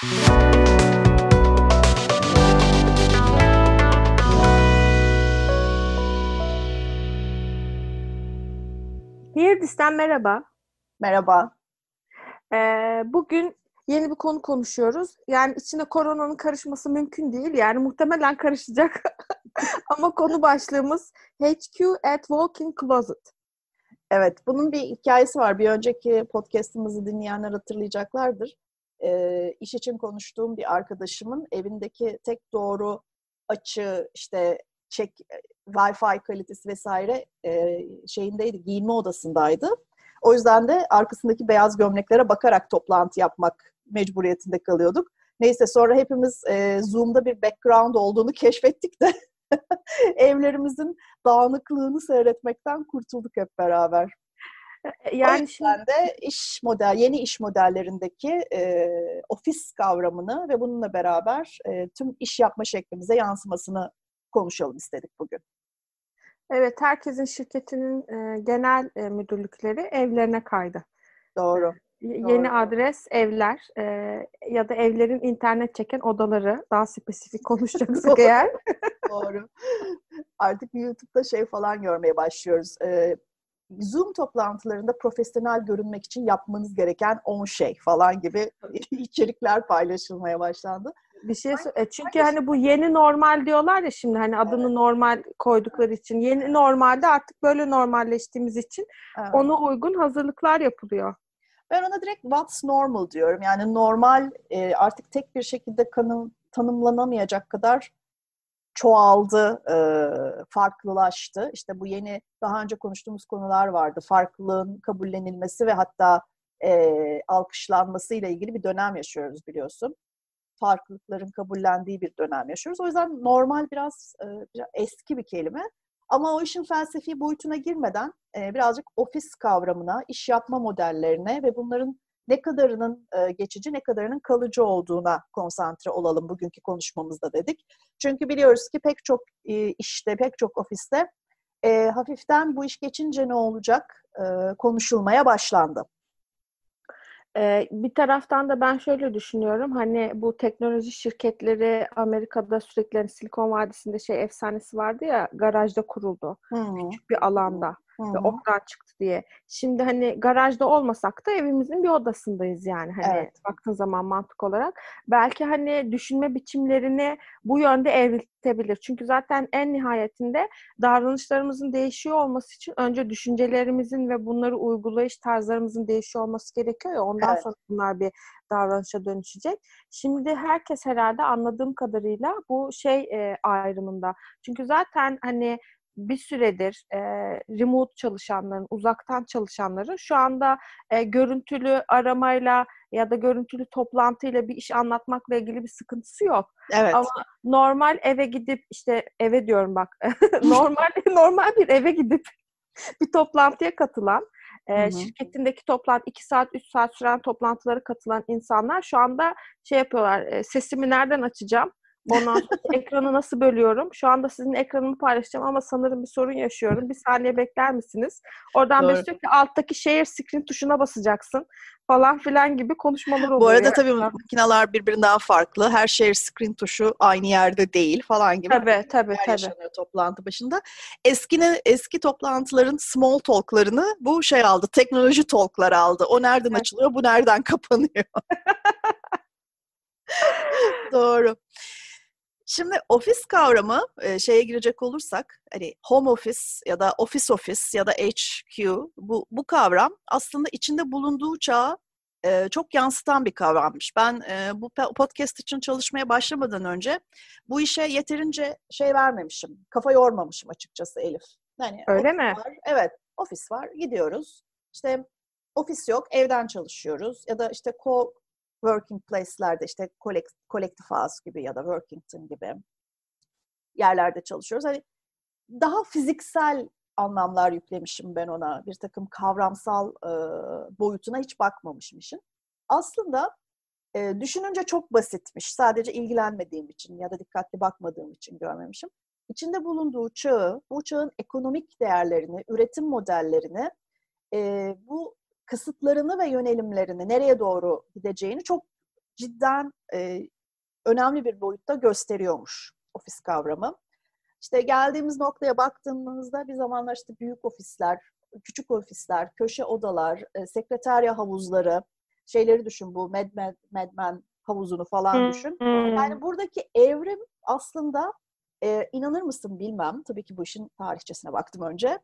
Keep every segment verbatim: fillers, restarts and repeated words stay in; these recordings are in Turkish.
Hirdis'ten merhaba. Merhaba. Ee, bugün yeni bir konu konuşuyoruz. Yani içine koronanın karışması mümkün değil. Yani muhtemelen karışacak. Ama konu başlığımız H Q at Walk-in Closet. Evet, bunun bir hikayesi var. Bir önceki podcast'ımızı dinleyenler hatırlayacaklardır. Ee, iş için konuştuğum bir arkadaşımın evindeki tek doğru açı, işte çek, Wi-Fi kalitesi vesaire e, şeyindeydi, giyinme odasındaydı. O yüzden de arkasındaki beyaz gömleklere bakarak toplantı yapmak mecburiyetinde kalıyorduk. Neyse sonra hepimiz e, Zoom'da bir background olduğunu keşfettik de evlerimizin dağınıklığını seyretmekten kurtulduk hep beraber. O Yani şimdi yüzden de iş model, yeni iş modellerindeki e, ofis kavramını ve bununla beraber e, tüm iş yapma şeklimize yansımasını konuşalım istedik bugün. evet, herkesin şirketinin e, genel e, müdürlükleri evlerine kaydı. Doğru. Y- Yeni Doğru. adres evler e, ya da evlerin internet çeken odaları, daha spesifik konuşacaksak Doğru. eğer. Doğru. Artık YouTube'da şey falan görmeye başlıyoruz. Ee, Zoom toplantılarında profesyonel görünmek için yapmanız gereken on şey falan gibi içerikler paylaşılmaya başlandı. Bir şey sor- Hangi, e, çünkü hangi hani bu yeni normal diyorlar ya, şimdi hani adını Evet, normal koydukları için yeni normalde artık böyle normalleştiğimiz için evet. ona uygun hazırlıklar yapılıyor. Ben ona direkt what's normal diyorum. Yani normal e, artık tek bir şekilde kanım, tanımlanamayacak kadar çoğaldı, e, farklılaştı. İşte bu yeni daha önce konuştuğumuz konular vardı. Farklılığın kabullenilmesi ve hatta e, alkışlanması ile ilgili bir dönem yaşıyoruz biliyorsun. Farklılıkların kabullendiği bir dönem yaşıyoruz. O yüzden normal biraz, e, biraz eski bir kelime. Ama o işin felsefi boyutuna girmeden e, birazcık ofis kavramına, iş yapma modellerine ve bunların ne kadarının e, geçici, ne kadarının kalıcı olduğuna konsantre olalım bugünkü konuşmamızda dedik. Çünkü biliyoruz ki pek çok e, işte, pek çok ofiste e, hafiften bu iş geçince ne olacak e, konuşulmaya başlandı. Ee, bir taraftan da ben şöyle düşünüyorum, hani bu teknoloji şirketleri Amerika'da sürekli, hani Silikon Vadisi'nde şey efsanesi vardı ya, garajda kuruldu. Hı hı. Küçük bir alanda Hı ve hı. oradan çıktı diye. Şimdi hani garajda olmasak da evimizin bir odasındayız yani, hani Evet, baktığın zaman mantık olarak. Belki hani düşünme biçimlerini bu yönde evriltebilir. Çünkü zaten en nihayetinde davranışlarımızın değişiyor olması için önce düşüncelerimizin ve bunları uygulayış tarzlarımızın değişiyor olması gerekiyor ya, ondan evet. sonra bunlar bir davranışa dönüşecek. Şimdi herkes herhalde anladığım kadarıyla bu şey e, ayrımında. Çünkü zaten hani bir süredir e, remote çalışanların, uzaktan çalışanların şu anda e, görüntülü aramayla ya da görüntülü toplantıyla bir iş anlatmakla ilgili bir sıkıntısı yok. Ama Evet. normal eve gidip, işte eve diyorum bak, normal normal bir eve gidip bir toplantıya katılan, Hı e, hı. şirketindeki toplantı iki saat üç saat süren toplantılara katılan insanlar şu anda şey yapıyorlar. E, sesimi nereden açacağım? Ondan sonra ekranı nasıl bölüyorum? Şu anda sizin ekranını paylaşacağım ama sanırım bir sorun yaşıyorum. Bir saniye bekler misiniz? Oradan Doğru. birisi diyor ki alttaki share screen tuşuna basacaksın falan filan gibi konuşmalar Bu oluyor arada yani. tabii makineler birbirinden farklı. Her share screen tuşu aynı yerde değil falan gibi Tabii tabii problemler tabii. yaşanıyor toplantı başında. Eskine, eski toplantıların small talk'larını bu şey aldı, teknoloji talk'lar aldı. O nereden Evet. açılıyor, bu nereden kapanıyor? Doğru. Şimdi ofis kavramı e, şeye girecek olursak, hani home office ya da office office ya da H Q, bu bu kavram aslında içinde bulunduğu çağı e, çok yansıtan bir kavrammış. Ben e, bu pe- podcast için çalışmaya başlamadan önce bu işe yeterince şey vermemişim, kafa yormamışım açıkçası Elif. Yani Öyle ofis mi? var, evet, ofis var, gidiyoruz. İşte ofis yok, evden çalışıyoruz ya da işte co working place'lerde, işte Collective House gibi ya da Workington gibi yerlerde çalışıyoruz. Hani daha fiziksel anlamlar yüklemişim ben ona. Bir takım kavramsal e, boyutuna hiç bakmamışım işin. Aslında e, düşününce çok basitmiş. Sadece ilgilenmediğim için ya da dikkatli bakmadığım için görmemişim. İçinde bulunduğu çağı, bu çağın ekonomik değerlerini, üretim modellerini, e, bu kısıtlarını ve yönelimlerini, nereye doğru gideceğini çok cidden e, önemli bir boyutta gösteriyormuş ofis kavramı. İşte geldiğimiz noktaya baktığımızda bir zamanlar işte büyük ofisler, küçük ofisler, köşe odalar, e, sekreterya havuzları, şeyleri düşün, bu Mad, Mad, Mad Men havuzunu falan düşün. Yani buradaki evrim aslında e, inanır mısın bilmem. Tabii ki bu işin tarihçesine baktım önce.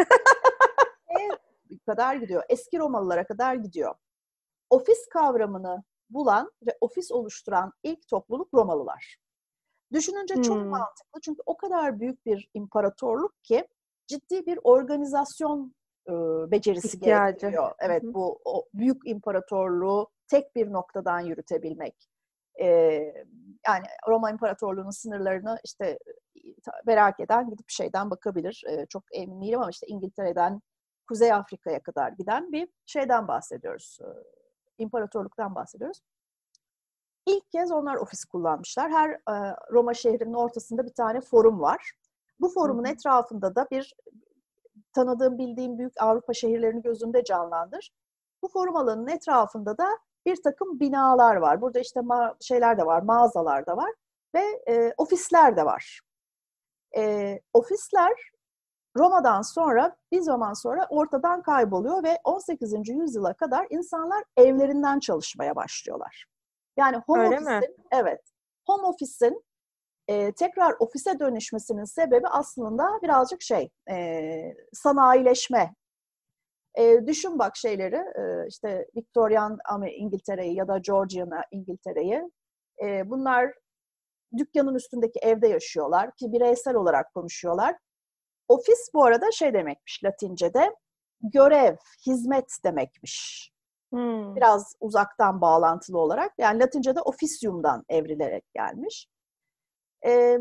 e, kadar gidiyor. Eski Romalılara kadar gidiyor. Ofis kavramını bulan ve ofis oluşturan ilk topluluk Romalılar. Düşününce hmm. çok mantıklı çünkü o kadar büyük bir imparatorluk ki ciddi bir organizasyon e, becerisi İhtiyacı. gerektiriyor. Evet, Hı-hı. bu o büyük imparatorluğu tek bir noktadan yürütebilmek. E, yani Roma İmparatorluğu'nun sınırlarını işte merak eden gidip şeyden bakabilir. E, çok emin değilim ama işte İngiltere'den Kuzey Afrika'ya kadar giden bir şeyden bahsediyoruz. E, imparatorluktan bahsediyoruz. İlk kez onlar ofis kullanmışlar. Her e, Roma şehrinin ortasında bir tane forum var. Bu forumun Hı-hı. etrafında da bir tanıdığım, bildiğim büyük Avrupa şehirlerini gözümde canlandır. Bu forum alanının etrafında da bir takım binalar var. Burada işte ma- şeyler de var, mağazalar da var ve e, ofisler de var. E, ofisler Roma'dan sonra, bir zaman sonra ortadan kayboluyor ve on sekizinci yüzyıla kadar insanlar evlerinden çalışmaya başlıyorlar. Yani home Öyle office'in, mi? evet, home office'in e, tekrar ofise dönüşmesinin sebebi aslında birazcık şey, e, sanayileşme. E, düşün bak şeyleri, e, işte Victorian İngiltere'yi ya da Georgian İngiltere'yi. E, bunlar dükkanın üstündeki evde yaşıyorlar ki bireysel olarak konuşuyorlar. Ofis bu arada şey demekmiş Latince'de, görev, hizmet demekmiş. Hmm. Biraz uzaktan bağlantılı olarak. Yani Latince'de officium'dan evrilerek gelmiş. Ee,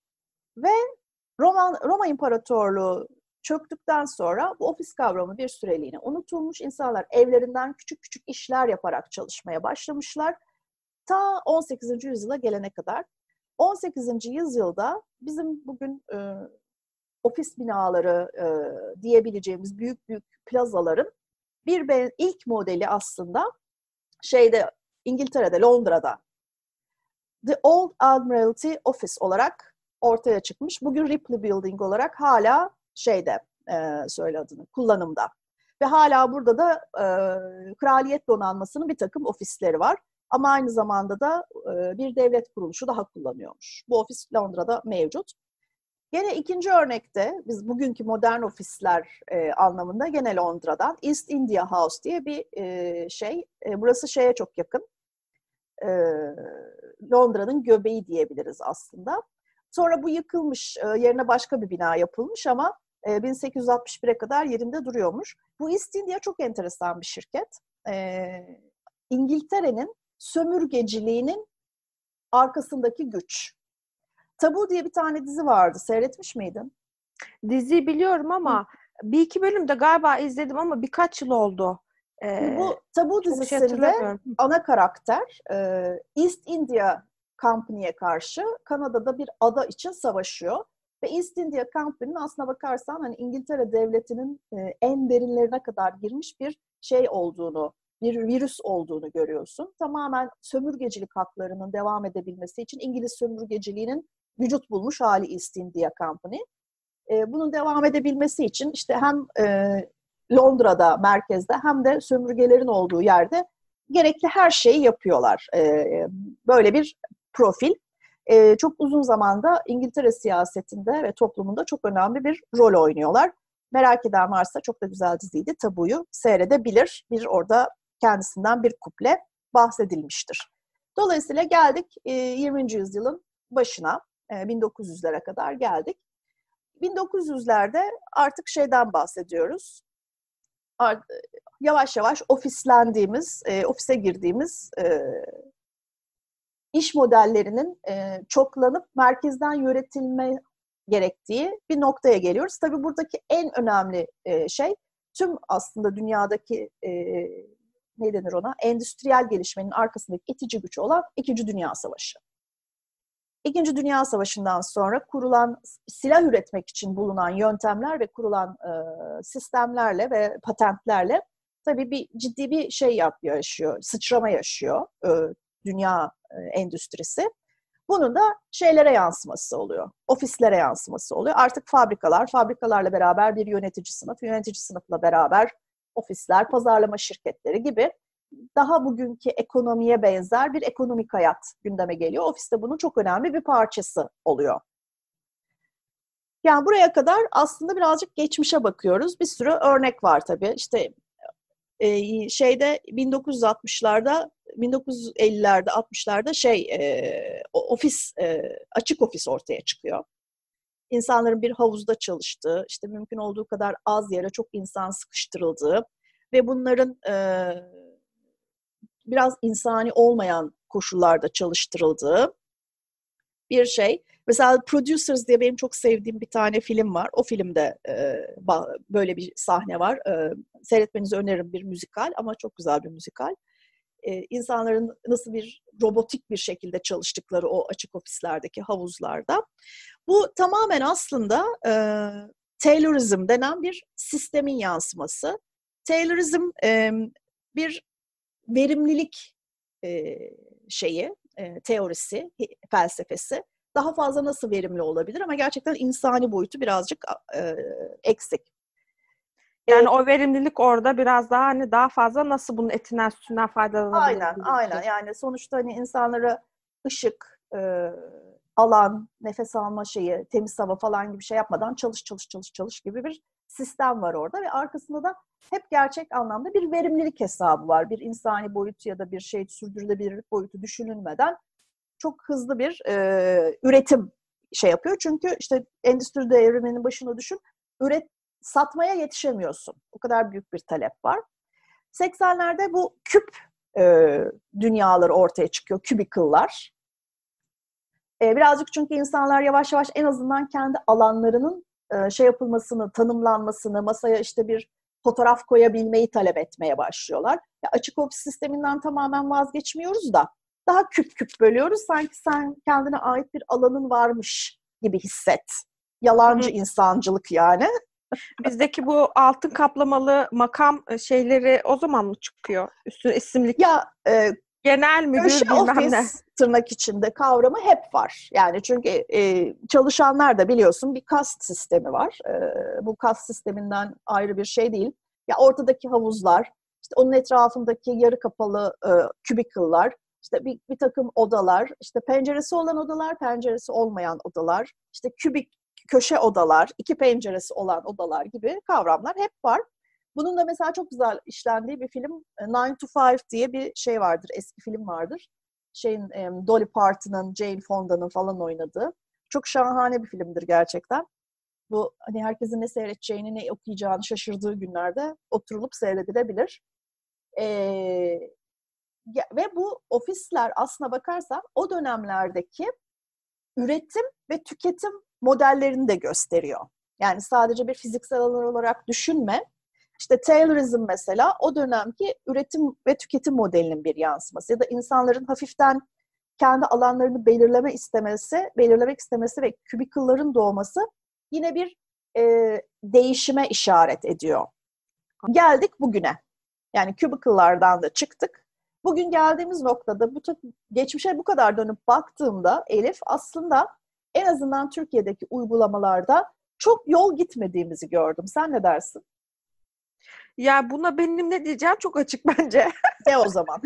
ve Roma, Roma İmparatorluğu çöktükten sonra bu ofis kavramı bir süreliğine unutulmuş. İnsanlar evlerinden küçük küçük işler yaparak çalışmaya başlamışlar. Ta on sekizinci yüzyıla gelene kadar. on sekizinci yüzyılda bizim bugün e, ofis binaları e, diyebileceğimiz büyük büyük plazaların bir ben, ilk modeli aslında şeyde İngiltere'de, Londra'da The Old Admiralty Office olarak ortaya çıkmış. Bugün Ripley Building olarak hala şeyde, e, söyle adını, kullanımda. Ve hala burada da e, Kraliyet Donanması'nın bir takım ofisleri var. Ama aynı zamanda da e, bir devlet kuruluşu daha kullanıyormuş. Bu ofis Londra'da mevcut. Gene ikinci örnekte, biz bugünkü modern ofisler e, anlamında gene Londra'dan East India House diye bir e, şey. E, burası şeye çok yakın. E, Londra'nın göbeği diyebiliriz aslında. Sonra bu yıkılmış, e, yerine başka bir bina yapılmış ama e, bin sekiz yüz altmış bire kadar yerinde duruyormuş. Bu East India çok enteresan bir şirket. E, İngiltere'nin sömürgeciliğinin arkasındaki güç. Tabu diye bir tane dizi vardı. Seyretmiş miydin? Diziyi biliyorum ama Hı. bir iki bölüm de galiba izledim ama birkaç yıl oldu. Ee, bu Tabu dizisinde ana karakter East India Company'ye karşı Kanada'da bir ada için savaşıyor. Ve East India Company'nin aslına bakarsan hani İngiltere Devleti'nin en derinlerine kadar girmiş bir şey olduğunu, bir virüs olduğunu görüyorsun. Tamamen sömürgecilik haklarının devam edebilmesi için İngiliz sömürgeciliğinin vücut bulmuş hali East India Company. E, bunun devam edebilmesi için işte hem e, Londra'da, merkezde hem de sömürgelerin olduğu yerde gerekli her şeyi yapıyorlar. E, böyle bir profil. E, çok uzun zamanda İngiltere siyasetinde ve toplumunda çok önemli bir rol oynuyorlar. Merak eden varsa çok da güzel diziydi. Tabu'yu seyredebilir. Bir orada kendisinden bir kuple bahsedilmiştir. Dolayısıyla geldik e, yirminci yüzyılın başına. bin dokuz yüzlere kadar geldik. bin dokuz yüzlerde artık şeyden bahsediyoruz. Yavaş yavaş ofislendiğimiz, e, ofise girdiğimiz e, iş modellerinin e, çoklanıp merkezden yönetilme gerektiği bir noktaya geliyoruz. Tabii buradaki en önemli e, şey tüm aslında dünyadaki e, ne denir ona? Endüstriyel gelişmenin arkasındaki itici güç olan İkinci Dünya Savaşı. İkinci Dünya Savaşı'ndan sonra kurulan, silah üretmek için bulunan yöntemler ve kurulan e, sistemlerle ve patentlerle tabii bir ciddi bir şey yapıyor, yaşıyor, sıçrama yaşıyor e, dünya e, endüstrisi. Bunun da şeylere yansıması oluyor. Ofislere yansıması oluyor. Artık fabrikalar, fabrikalarla beraber bir yönetici sınıf, yönetici sınıfla beraber ofisler, pazarlama şirketleri gibi daha bugünkü ekonomiye benzer bir ekonomik hayat gündeme geliyor. Ofiste bunun çok önemli bir parçası oluyor. Yani buraya kadar aslında birazcık geçmişe bakıyoruz. Bir sürü örnek var tabii. İşte e, şeyde bin dokuz yüz altmışlarda, bin dokuz yüz ellilerde, altmışlarda şey e, ofis, e, açık ofis ortaya çıkıyor. İnsanların bir havuzda çalıştığı, işte mümkün olduğu kadar az yere çok insan sıkıştırıldığı ve bunların e, biraz insani olmayan koşullarda çalıştırıldığı bir şey. Mesela Producers diye benim çok sevdiğim bir tane film var. O filmde e, böyle bir sahne var. E, seyretmenizi öneririm, bir müzikal ama çok güzel bir müzikal. E, insanların nasıl bir robotik bir şekilde çalıştıkları o açık ofislerdeki havuzlarda. Bu tamamen aslında e, Taylorism denen bir sistemin yansıması. Taylorism e, bir verimlilik e, şeyi, e, teorisi, felsefesi. Daha fazla nasıl verimli olabilir ama gerçekten insani boyutu birazcık e, eksik. Yani e, o verimlilik orada biraz daha hani daha fazla nasıl bunun etinden sütünden faydalanabilir? Aynen, aynen. Yani sonuçta hani insanlara ışık, e, alan, nefes alma şeyi, temiz hava falan gibi şey yapmadan çalış çalış çalış çalış gibi bir sistem var orada ve arkasında da hep gerçek anlamda bir verimlilik hesabı var. Bir insani boyutu ya da bir şey sürdürülebilirlik boyutu düşünülmeden çok hızlı bir e, üretim şey yapıyor. Çünkü işte endüstri devriminin başına düşün, üret, satmaya yetişemiyorsun. O kadar büyük bir talep var. seksenlerde bu küp e, dünyaları ortaya çıkıyor, kübikıllar. E, birazcık çünkü insanlar yavaş yavaş en azından kendi alanlarının e, şey yapılmasını, tanımlanmasını, masaya işte bir fotoğraf koyabilmeyi talep etmeye başlıyorlar. Ya açık ofis sisteminden tamamen vazgeçmiyoruz da daha küp küp bölüyoruz. Sanki sen kendine ait bir alanın varmış gibi hisset. Yalancı insancılık yani. Bizdeki bu altın kaplamalı makam şeyleri o zaman mı çıkıyor? Üstüne isimlik. Ya e, genel müdür köşe bilmem ofis ne. tırnak içinde kavramı hep var. Yani çünkü e, çalışanlar da biliyorsun bir kast sistemi var. E, bu kast sisteminden ayrı bir şey değil. Ya ortadaki havuzlar, işte onun etrafındaki yarı kapalı e, kübikıllar, işte bir, bir takım odalar, işte penceresi olan odalar, penceresi olmayan odalar, işte kübik köşe odalar, iki penceresi olan odalar gibi kavramlar hep var. Bunun da mesela çok güzel işlendiği bir film Nine to Five diye bir şey vardır, eski film vardır. Şeyin Dolly Parton'ın, Jane Fonda'nın falan oynadığı. Çok şahane bir filmdir gerçekten. Bu hani herkesin ne seyredeceğini, ne okuyacağını şaşırdığı günlerde oturulup seyredilebilir. Ee, ve bu ofisler aslına bakarsan o dönemlerdeki üretim ve tüketim modellerini de gösteriyor. Yani sadece bir fiziksel alan olarak düşünme. İşte Taylorism mesela o dönemki üretim ve tüketim modelinin bir yansıması ya da insanların hafiften kendi alanlarını belirleme istemesi, belirlemek istemesi ve kübikılların doğması yine bir e, değişime işaret ediyor. Geldik bugüne. Yani kübikıllardan da çıktık. Bugün geldiğimiz noktada bu geçmişe bu kadar dönüp baktığımda Elif aslında en azından Türkiye'deki uygulamalarda çok yol gitmediğimizi gördüm. Sen ne dersin? Ya buna benim ne diyeceğim çok açık bence. De o zaman.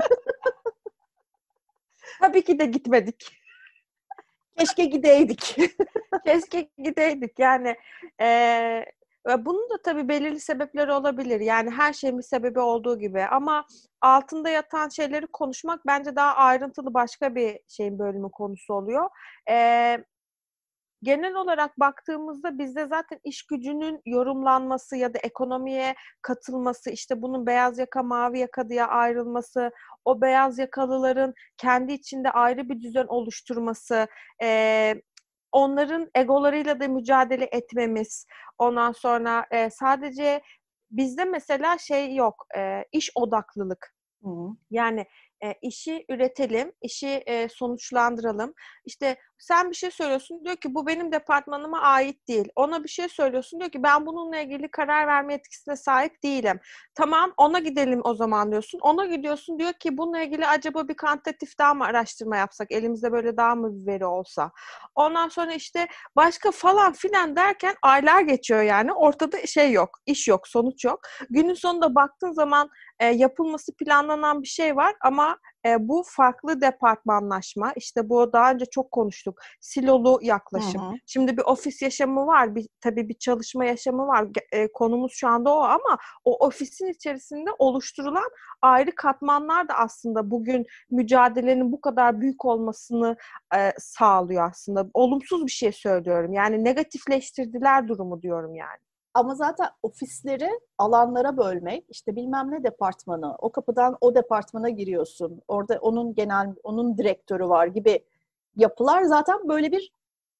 Tabii ki de gitmedik. Keşke gideydik. Keşke gideydik. Yani e, bunun da tabii belirli sebepleri olabilir. Yani her şeyin bir sebebi olduğu gibi. Ama altında yatan şeyleri konuşmak bence daha ayrıntılı başka bir şeyin bölümü konusu oluyor. E, Genel olarak baktığımızda bizde zaten iş gücünün yorumlanması ya da ekonomiye katılması, işte bunun beyaz yaka, mavi yaka diye ayrılması, o beyaz yakalıların kendi içinde ayrı bir düzen oluşturması, e, onların egolarıyla da mücadele etmemiz, ondan sonra e, sadece bizde mesela şey yok, e, iş odaklılık. Hı. Yani E, işi üretelim, işi e, sonuçlandıralım. İşte sen bir şey söylüyorsun, diyor ki bu benim departmanıma ait değil. Ona bir şey söylüyorsun, diyor ki ben bununla ilgili karar verme yetkisine sahip değilim. Tamam, ona gidelim o zaman diyorsun. Ona gidiyorsun, diyor ki bununla ilgili acaba bir kantitatif daha mı araştırma yapsak? Elimizde böyle daha mı bir veri olsa? Ondan sonra işte başka falan filan derken aylar geçiyor yani. Ortada şey yok, iş yok, sonuç yok. Günün sonunda baktığın zaman e, yapılması planlanan bir şey var ama e, bu farklı departmanlaşma, işte bu daha önce çok konuştuk, silolu yaklaşım. Hı hı. Şimdi bir ofis yaşamı var, bir, tabii bir çalışma yaşamı var. E, konumuz şu anda o ama o ofisin içerisinde oluşturulan ayrı katmanlar da aslında bugün mücadelenin bu kadar büyük olmasını e, sağlıyor aslında. Olumsuz bir şey söylüyorum. Yani negatifleştirdiler durumu diyorum yani. Ama zaten ofisleri alanlara bölmek, işte bilmem ne departmanı, o kapıdan o departmana giriyorsun, orada onun genel, onun direktörü var gibi yapılar zaten böyle bir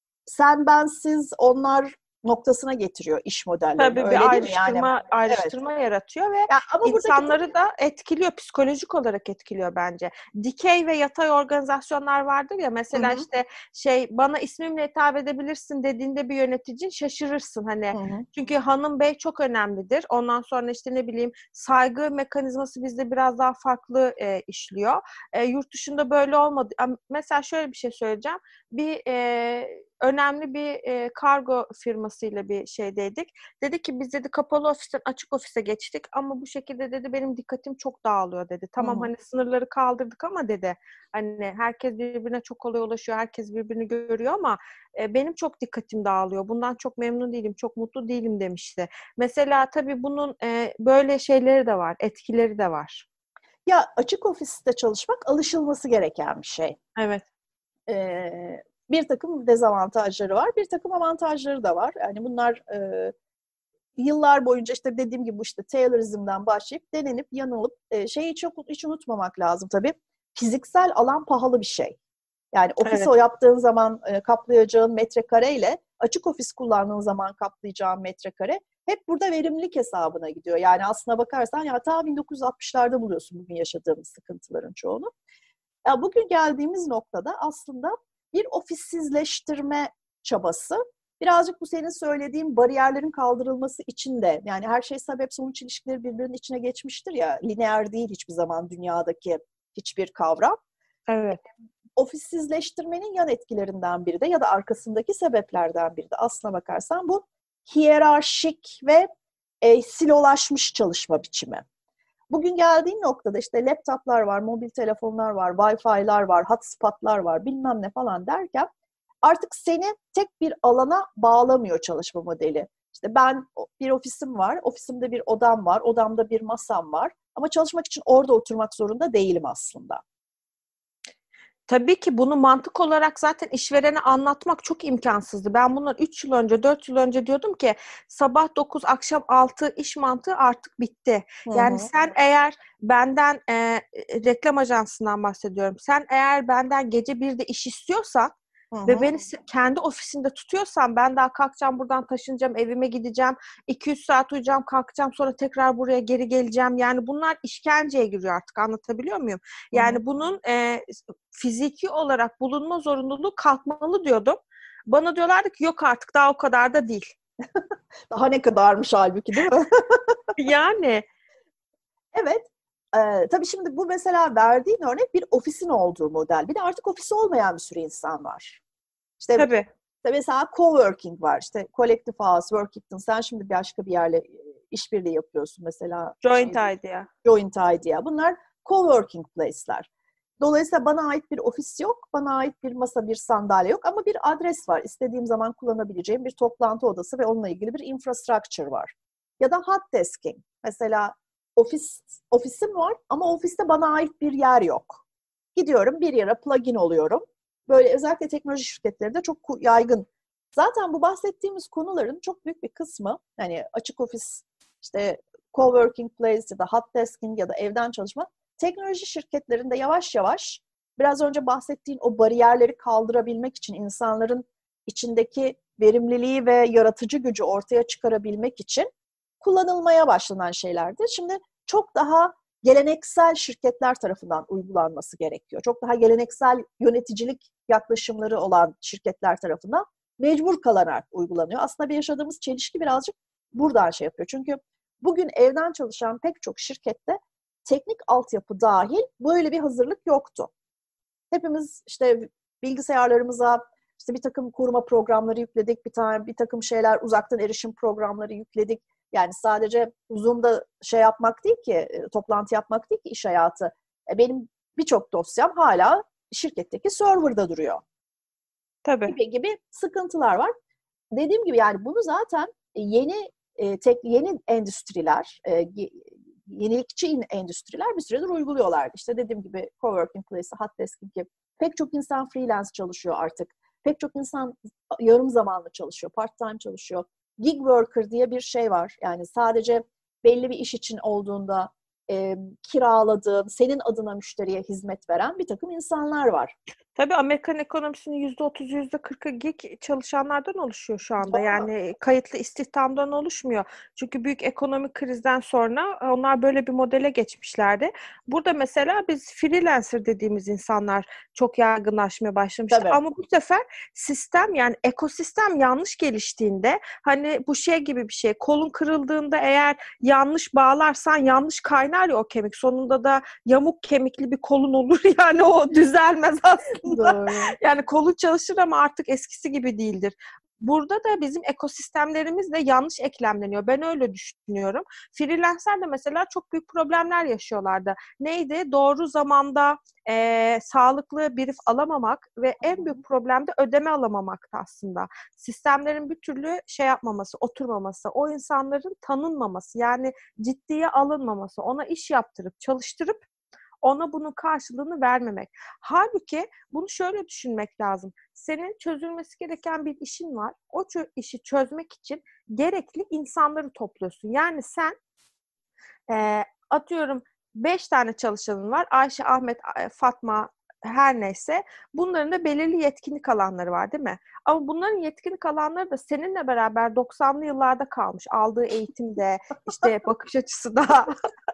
sen ben siz onlar noktasına getiriyor iş modellerini. Tabii bir Öyle değil mi? Yani ayrıştırma evet. ayrıştırma yaratıyor ve Ya ama buradaki insanları da etkiliyor, psikolojik olarak etkiliyor bence. Dikey ve yatay organizasyonlar vardır ya, hı mesela hı, işte şey, bana ismimle hitap edebilirsin dediğinde bir yöneticin şaşırırsın hani. hı hı. Çünkü hanım bey çok önemlidir. Ondan sonra işte ne bileyim, saygı mekanizması bizde biraz daha farklı e, işliyor. E, yurt dışında böyle olmadı. Mesela şöyle bir şey söyleyeceğim. Bir e, önemli bir e, kargo firmasıyla bir şeydeydik. Dedi ki biz dedi kapalı ofisten açık ofise geçtik ama bu şekilde dedi benim dikkatim çok dağılıyor dedi. Hı Tamam hı. hani sınırları kaldırdık ama dedi hani herkes birbirine çok kolay ulaşıyor, herkes birbirini görüyor ama e, benim çok dikkatim dağılıyor. Bundan çok memnun değilim, çok mutlu değilim demişti. Mesela tabii bunun e, böyle şeyleri de var, etkileri de var. Ya açık ofiste çalışmak alışılması gereken bir şey. Evet. Ee, bir takım dezavantajları var, bir takım avantajları da var. Yani bunlar e, yıllar boyunca işte dediğim gibi işte Taylorizm'den başlayıp denenip yanılıp e, şeyi çok hiç unutmamak lazım tabii. Fiziksel alan pahalı bir şey. Yani ofisi o Evet. yaptığın zaman e, kaplayacağın metrekareyle açık ofis kullandığın zaman kaplayacağın metrekare hep burada verimlilik hesabına gidiyor. Yani aslına bakarsan ya ta bin dokuz yüz altmışlarda buluyorsun bugün yaşadığımız sıkıntıların çoğunu. Ya bugün geldiğimiz noktada aslında bir ofissizleştirme çabası. Birazcık bu senin söylediğin bariyerlerin kaldırılması için de, yani her şey sebep sonuç ilişkileri birbirinin içine geçmiştir ya, lineer değil hiçbir zaman dünyadaki hiçbir kavram. Evet. Ofissizleştirmenin yan etkilerinden biri de ya da arkasındaki sebeplerden biri de aslına bakarsan bu hiyerarşik ve e, silolaşmış çalışma biçimi. Bugün geldiğin noktada işte laptoplar var, mobil telefonlar var, Wi-Fi'lar var, hotspotlar var, bilmem ne falan derken artık seni tek bir alana bağlamıyor çalışma modeli. İşte ben bir ofisim var, ofisimde bir odam var, odamda bir masam var ama çalışmak için orada oturmak zorunda değilim aslında. Tabii ki bunu mantık olarak zaten işverene anlatmak çok imkansızdı. Ben bundan üç yıl önce, dört yıl önce diyordum ki sabah dokuz, akşam altı iş mantığı artık bitti. Hı Yani hı. sen eğer benden, e, reklam ajansından bahsediyorum. Sen eğer benden gece birde iş istiyorsan Hı ve hı. beni kendi ofisinde tutuyorsan, ben daha kalkacağım, buradan taşınacağım, evime gideceğim, iki üç saat uyuyacağım, kalkacağım, sonra tekrar buraya geri geleceğim. Yani bunlar işkenceye giriyor artık, anlatabiliyor muyum? Hı hı. Yani bunun e, fiziki olarak bulunma zorunluluğu kalkmalı diyordum. Bana diyorlardı ki yok artık, daha o kadar da değil. Daha ne kadarmış halbuki, değil mi? Yani Evet. Ee, tabii şimdi bu mesela verdiğin örnek bir ofisin olduğu model. Bir de artık ofisi olmayan bir sürü insan var. İşte, tabii. işte mesela coworking var. İşte collective house, Workington. Sen şimdi başka bir yerle işbirliği yapıyorsun mesela. Joint Şey, idea. Joint Idea. Bunlar coworking place'ler. Dolayısıyla bana ait bir ofis yok, bana ait bir masa, bir sandalye yok ama bir adres var. İstediğim zaman kullanabileceğim bir toplantı odası ve onunla ilgili bir infrastructure var. Ya da hot desking. Mesela ofis ofisim var ama ofiste bana ait bir yer yok. Gidiyorum bir yere plugin oluyorum. Böyle özellikle teknoloji şirketlerinde çok yaygın. Zaten bu bahsettiğimiz konuların çok büyük bir kısmı, yani açık ofis, işte coworking place ya da hot desking ya da evden çalışma, teknoloji şirketlerinde yavaş yavaş biraz önce bahsettiğin o bariyerleri kaldırabilmek için, insanların içindeki verimliliği ve yaratıcı gücü ortaya çıkarabilmek için kullanılmaya başlanan şeylerdir. Şimdi çok daha geleneksel şirketler tarafından uygulanması gerekiyor. Çok daha geleneksel yöneticilik yaklaşımları olan şirketler tarafından mecbur kalarak uygulanıyor. Aslında bir yaşadığımız çelişki birazcık buradan şey yapıyor. Çünkü bugün evden çalışan pek çok şirkette teknik altyapı dahil böyle bir hazırlık yoktu. Hepimiz işte bilgisayarlarımıza işte bir takım kurma programları yükledik, bir tane bir takım şeyler uzaktan erişim programları yükledik. Yani sadece Zoom'da şey yapmak değil ki, toplantı yapmak değil ki iş hayatı. Benim birçok dosyam hala şirketteki serverda duruyor. Tabii. Gibi gibi sıkıntılar var. Dediğim gibi yani bunu zaten yeni tek yeni endüstriler, yenilikçi endüstriler bir süredir uyguluyorlar. İşte dediğim gibi coworking place, hot desking gibi pek çok insan freelance çalışıyor artık. Pek çok insan yarım zamanlı çalışıyor, part time çalışıyor. Gig worker diye bir şey var. Yani sadece belli bir iş için olduğunda e, kiraladığın, senin adına müşteriye hizmet veren bir takım insanlar var. Tabii Amerikan ekonomisinin yüzde otuz, yüzde kırkı gig çalışanlardan oluşuyor şu anda. Doğru. Yani kayıtlı istihdamdan oluşmuyor. Çünkü büyük ekonomik krizden sonra onlar böyle bir modele geçmişlerdi. Burada mesela biz freelancer dediğimiz insanlar çok yaygınlaşmaya başlamıştı. Tabii. Ama bu sefer sistem, yani ekosistem yanlış geliştiğinde, hani bu şey gibi bir şey, kolun kırıldığında eğer yanlış bağlarsan yanlış kaynar ya o kemik. Sonunda da yamuk kemikli bir kolun olur, yani o düzelmez aslında. Doğru. Yani kolu çalışır ama artık eskisi gibi değildir. Burada da bizim ekosistemlerimiz de yanlış eklemleniyor. Ben öyle düşünüyorum. Freelancer de mesela çok büyük problemler yaşıyorlardı. Neydi? Doğru zamanda e, sağlıklı brief alamamak ve en büyük problem de ödeme alamamaktı aslında. Sistemlerin bir türlü şey yapmaması, oturmaması, o insanların tanınmaması, yani ciddiye alınmaması, ona iş yaptırıp, çalıştırıp ona bunun karşılığını vermemek. Halbuki bunu şöyle düşünmek lazım. Senin çözülmesi gereken bir işin var. O çö- işi çözmek için gerekli insanları topluyorsun. Yani sen e, atıyorum beş tane çalışanın var. Ayşe, Ahmet, Fatma, her neyse. Bunların da belirli yetkinlik alanları var, değil mi? Ama bunların yetkinlik alanları da seninle beraber doksanlı yıllarda kalmış. Aldığı eğitimde, işte bakış açısı da.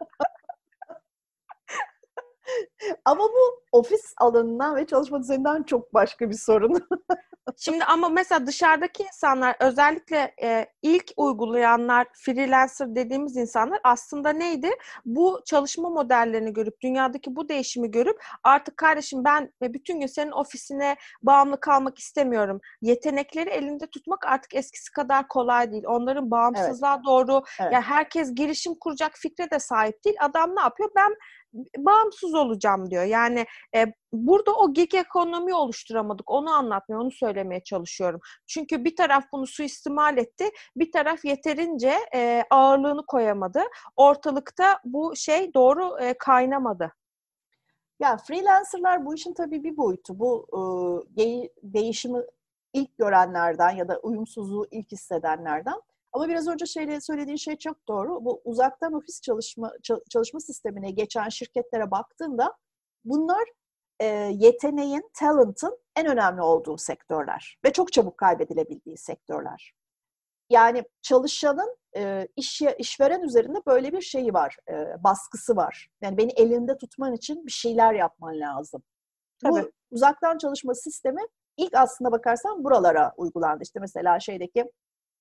Ama bu ofis alanından ve çalışma düzeninden çok başka bir sorun. Şimdi ama mesela dışarıdaki insanlar, özellikle e, ilk uygulayanlar, freelancer dediğimiz insanlar aslında neydi? Bu çalışma modellerini görüp, dünyadaki bu değişimi görüp artık kardeşim ben bütün gün senin ofisine bağımlı kalmak istemiyorum. Yetenekleri elinde tutmak artık eskisi kadar kolay değil. Onların bağımsızlığa evet. doğru, evet. ya herkes girişim kuracak fikre de sahip değil. Adam ne yapıyor? Ben bağımsız olacağım diyor. Yani e, burada o gig ekonomi oluşturamadık. Onu anlatmaya, onu söylemeye çalışıyorum. Çünkü bir taraf bunu suistimal etti, bir taraf yeterince e, ağırlığını koyamadı. Ortalıkta bu şey doğru e, kaynamadı. Ya freelancerlar bu işin tabii bir boyutu. Bu e, değişimi ilk görenlerden ya da uyumsuzluğu ilk hissedenlerden. Ama biraz önce şeyle söylediğin şey çok doğru. Bu uzaktan ofis çalışma çalışma sistemine geçen şirketlere baktığında bunlar e, yeteneğin, talent'ın en önemli olduğu sektörler ve çok çabuk kaybedilebildiği sektörler. Yani çalışanın e, iş işveren üzerinde böyle bir şeyi var, e, baskısı var. Yani beni elinde tutman için bir şeyler yapman lazım. Tabii. Bu uzaktan çalışma sistemi ilk aslında bakarsan buralara uygulandı. İşte mesela şeydeki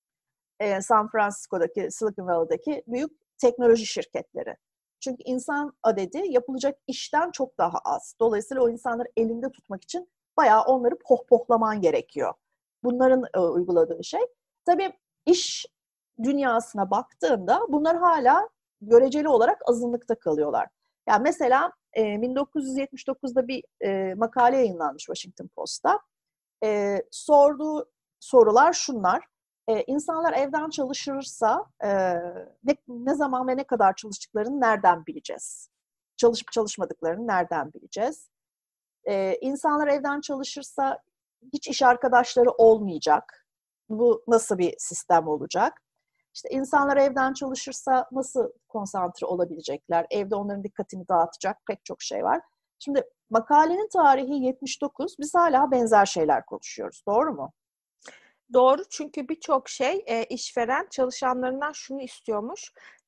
San Francisco'daki, Silicon Valley'daki büyük teknoloji şirketleri. Çünkü insan adedi yapılacak işten çok daha az. Dolayısıyla o insanları elinde tutmak için bayağı onları pohpohlaman gerekiyor. Bunların e, uyguladığı şey. Tabii iş dünyasına baktığında bunlar hala göreceli olarak azınlıkta kalıyorlar. Yani mesela e, bin dokuz yüz yetmiş dokuzda bir e, makale yayınlanmış Washington Post'ta. E, sorduğu sorular şunlar. Ee, insanlar evden çalışırsa e, ne, ne zaman ve ne kadar çalıştıklarını nereden bileceğiz? Çalışıp çalışmadıklarını nereden bileceğiz? Ee, insanlar evden çalışırsa hiç iş arkadaşları olmayacak. Bu nasıl bir sistem olacak? İşte insanlar evden çalışırsa nasıl konsantre olabilecekler? Evde onların dikkatini dağıtacak pek çok şey var. Şimdi makalenin tarihi yetmiş dokuz. Biz hala benzer şeyler konuşuyoruz. Doğru mu? Doğru, çünkü birçok şey e, işveren çalışanlarından şunu istiyormuş.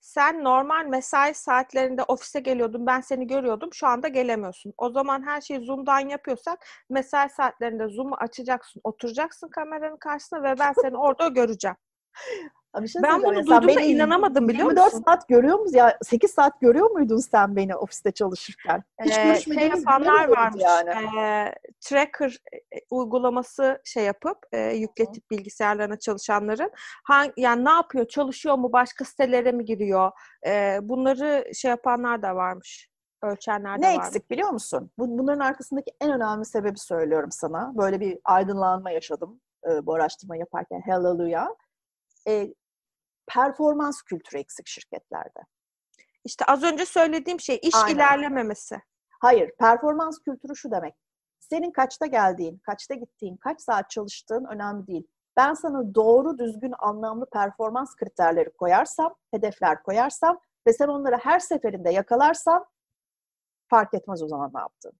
Sen normal mesai saatlerinde ofise geliyordun, ben seni görüyordum, şu anda gelemiyorsun. O zaman her şeyi Zoom'dan yapıyorsak mesai saatlerinde Zoom'u açacaksın, oturacaksın kameranın karşısına ve ben seni orada göreceğim. Bir şey Ben söyleyeceğim ya, bunu sen duyduğumda beni inanamadım, biliyor yirmi dört musun? saat görüyor musun? Ya sekiz saat görüyor muydun sen beni ofiste çalışırken? Hiç Ee, şey görüşmediğimiz günler yapanlar oluyordu varmış, yani. e, tracker e, uygulaması şey yapıp e, Hı. yükletip bilgisayarlarına çalışanların, hangi, yani ne yapıyor, çalışıyor mu, başka sitelere mi giriyor, e, bunları şey yapanlar da varmış, ölçenler de Ne varmış. eksik biliyor musun? Bu- Bunların arkasındaki en önemli sebebi söylüyorum sana. Böyle bir aydınlanma yaşadım e, bu araştırma yaparken. Hallelujah. E, Performans kültürü eksik şirketlerde. İşte az önce söylediğim şey, iş Aynen. ilerlememesi. Hayır, performans kültürü şu demek. Senin kaçta geldiğin, kaçta gittiğin, kaç saat çalıştığın önemli değil. Ben sana doğru, düzgün, anlamlı performans kriterleri koyarsam, hedefler koyarsam ve sen onları her seferinde yakalarsan fark etmez o zaman ne yaptın.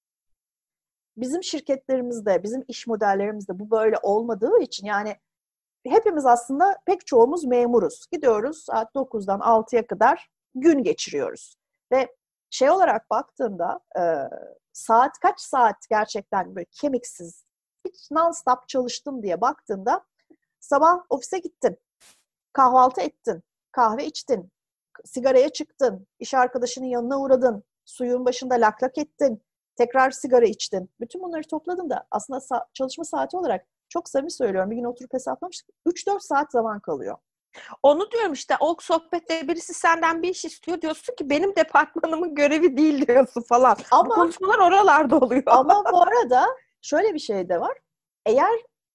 Bizim şirketlerimizde, bizim iş modellerimizde bu böyle olmadığı için, yani hepimiz aslında, pek çoğumuz memuruz. Gidiyoruz saat dokuzdan altıya kadar gün geçiriyoruz. Ve şey olarak baktığında e, saat kaç saat gerçekten böyle kemiksiz, hiç non-stop çalıştım diye baktığında, sabah ofise gittin, kahvaltı ettin, kahve içtin, sigaraya çıktın, iş arkadaşının yanına uğradın, suyun başında lak lak ettin, tekrar sigara içtin. Bütün bunları topladın da aslında sa- çalışma saati olarak, çok samimi söylüyorum, bir gün oturup hesaplamıştık, üç dört saat zaman kalıyor. Onu diyorum işte, o sohbette birisi senden bir iş istiyor, diyorsun ki benim departmanımın görevi değil diyorsun falan. Bu Ama konuşmalar oralarda oluyor. ama bu arada şöyle bir şey de var. Eğer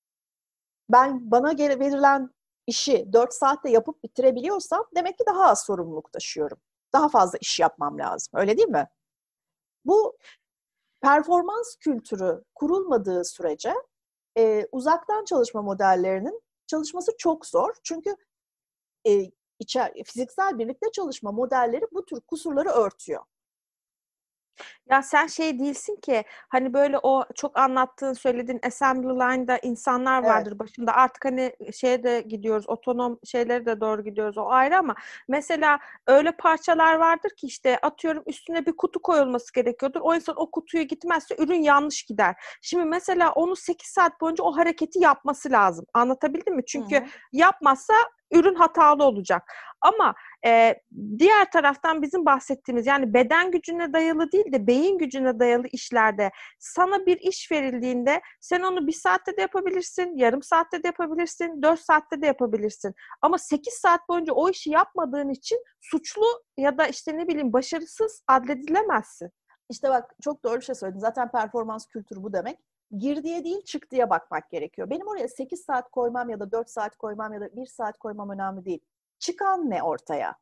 ben bana geri verilen işi dört saatte yapıp bitirebiliyorsam, demek ki daha az sorumluluk taşıyorum. Daha fazla iş yapmam lazım. Öyle değil mi? Bu performans kültürü kurulmadığı sürece e, uzaktan çalışma modellerinin çalışması çok zor. Çünkü e, içer, fiziksel birlikte çalışma modelleri bu tür kusurları örtüyor. Ya sen şey değilsin ki, hani böyle o çok anlattığın, söylediğin assembly line'da insanlar Evet. vardır başında, artık hani şeye de gidiyoruz, otonom şeylere de doğru gidiyoruz, o ayrı, ama mesela öyle parçalar vardır ki, işte atıyorum üstüne bir kutu koyulması gerekiyordur, o insan o kutuyu gitmezse ürün yanlış gider. Şimdi mesela onu sekiz saat boyunca o hareketi yapması lazım, anlatabildim mi? Hı Çünkü hı. yapmazsa ürün hatalı olacak. Ama e, diğer taraftan bizim bahsettiğimiz, yani beden gücüne dayalı değil de beyin gücüne dayalı işlerde sana bir iş verildiğinde sen onu bir saatte de yapabilirsin, yarım saatte de yapabilirsin, dört saatte de yapabilirsin. Ama sekiz saat boyunca o işi yapmadığın için suçlu ya da işte ne bileyim başarısız adledilemezsin. İşte bak, çok doğru bir şey söyledin. Zaten performans kültürü bu demek. Girdiye değil, çıktıya bakmak gerekiyor. Benim oraya sekiz saat koymam ya da dört saat koymam ya da bir saat koymam önemli değil. Çıkan ne ortaya?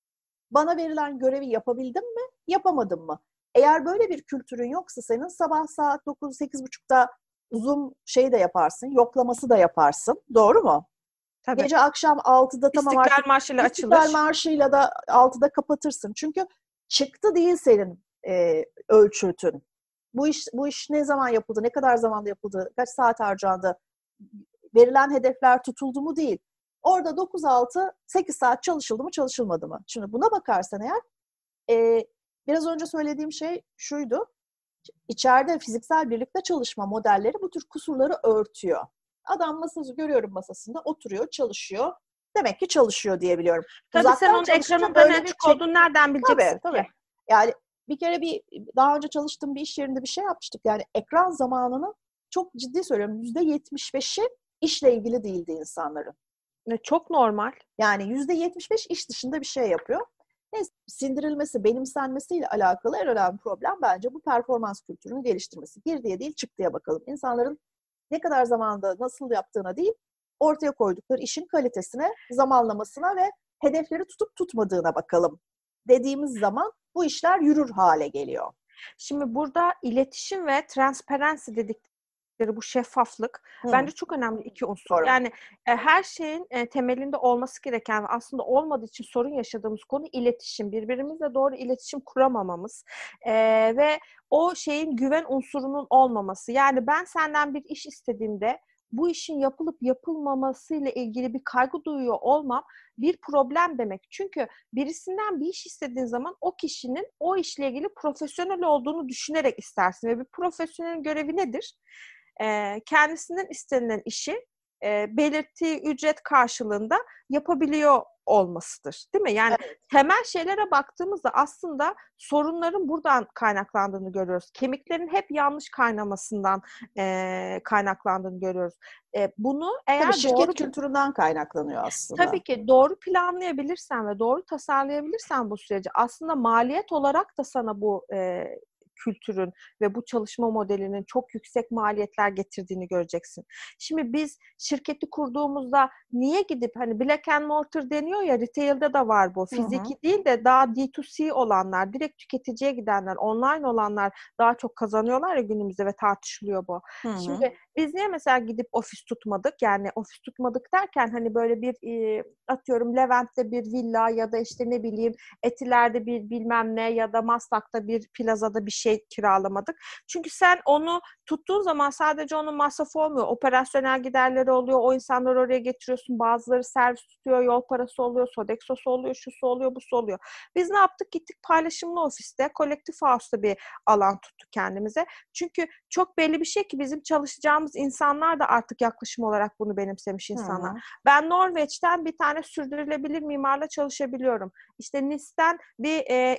Bana verilen görevi yapabildim mi, yapamadım mı? Eğer böyle bir kültürün yoksa senin, sabah saat dokuz sekiz buçukta Zoom şeyi de yaparsın, yoklaması da yaparsın. Doğru mu? Tabii. Gece akşam altıda tamam İstiklal artık, Marşı'yla İstiklal açılır. Marşı'yla da altıda kapatırsın. Çünkü çıktı değil senin e, ölçütün. Bu iş, bu iş ne zaman yapıldı, ne kadar zamanda yapıldı, kaç saat harcandı, verilen hedefler tutuldu mu değil. Orada dokuz altı sekiz saat çalışıldı mı, çalışılmadı mı? Şimdi buna bakarsan eğer, e, biraz önce söylediğim şey şuydu. İçeride fiziksel birlikte çalışma modelleri bu tür kusurları örtüyor. Adam masası görüyorum, masasında oturuyor, çalışıyor. Demek ki çalışıyor diyebiliyorum. Tabii sen Uzaktan onun çalışınca ekranında ne böyle bir açık çek... olduğunu nereden Tabii, bileceksin tabii. ki? Yani bir kere bir daha önce çalıştığım bir iş yerinde bir şey yapmıştık. Yani ekran zamanının, çok ciddi söylüyorum, yüzde yetmiş beşi işle ilgili değildi insanların. Ne, çok normal. Yani yüzde yetmiş beş iş dışında bir şey yapıyor. Neyse, sindirilmesi, benimsenmesiyle alakalı en önemli problem bence bu performans kültürünü geliştirmesi. Girdiye değil, çıktıya bakalım. İnsanların ne kadar zamanda nasıl yaptığına değil, ortaya koydukları işin kalitesine, zamanlamasına ve hedefleri tutup tutmadığına bakalım dediğimiz zaman bu işler yürür hale geliyor. Şimdi burada iletişim ve transparency dedikleri bu şeffaflık Hı, bence çok önemli iki unsur. doğru. Yani e, her şeyin e, temelinde olması gereken ve aslında olmadığı için sorun yaşadığımız konu iletişim. Birbirimizle doğru iletişim kuramamamız e, ve o şeyin güven unsurunun olmaması. Yani ben senden bir iş istediğimde bu işin yapılıp yapılmamasıyla ilgili bir kaygı duyuyor olmam bir problem demek. Çünkü birisinden bir iş istediğin zaman o kişinin o işle ilgili profesyonel olduğunu düşünerek istersin. Ve bir profesyonelin görevi nedir? Ee, kendisinden istenilen işi e, belirttiği ücret karşılığında yapabiliyor olmasıdır. Değil mi? Yani Evet. temel şeylere baktığımızda aslında sorunların buradan kaynaklandığını görüyoruz. Kemiklerin hep yanlış kaynamasından e, kaynaklandığını görüyoruz. E, bunu Tabii eğer şirket doğru kültüründen kaynaklanıyor aslında. tabii ki doğru planlayabilirsen ve doğru tasarlayabilirsen bu süreci aslında maliyet olarak da sana bu e, kültürün ve bu çalışma modelinin çok yüksek maliyetler getirdiğini göreceksin. Şimdi biz şirketi kurduğumuzda niye gidip hani Black and Mortar deniyor ya, retail'de de var bu. Hı hı. Fiziki değil de daha D iki C olanlar, direkt tüketiciye gidenler, online olanlar daha çok kazanıyorlar ya günümüzde ve tartışılıyor bu. Hı hı. Şimdi biz niye mesela gidip ofis tutmadık? Yani ofis tutmadık derken hani böyle bir e, atıyorum Levent'te bir villa ya da işte ne bileyim Etiler'de bir bilmem ne ya da Maslak'ta bir plazada bir şey kiralamadık. Çünkü sen onu tuttuğun zaman sadece onun masrafı olmuyor. Operasyonel giderleri oluyor. O insanları oraya getiriyorsun. Bazıları servis tutuyor. Yol parası oluyor. Sodexo'su oluyor. Şusu oluyor. Busu oluyor. Biz ne yaptık? Gittik paylaşımlı ofiste, kolektif house'da bir alan tuttuk kendimize. Çünkü çok belli bir şey ki bizim çalışacağımız insanlar da artık yaklaşım olarak bunu benimsemiş insanlar. Hı hı. Ben Norveç'ten bir tane sürdürülebilir mimarla çalışabiliyorum. İşte Nice'ten bir e,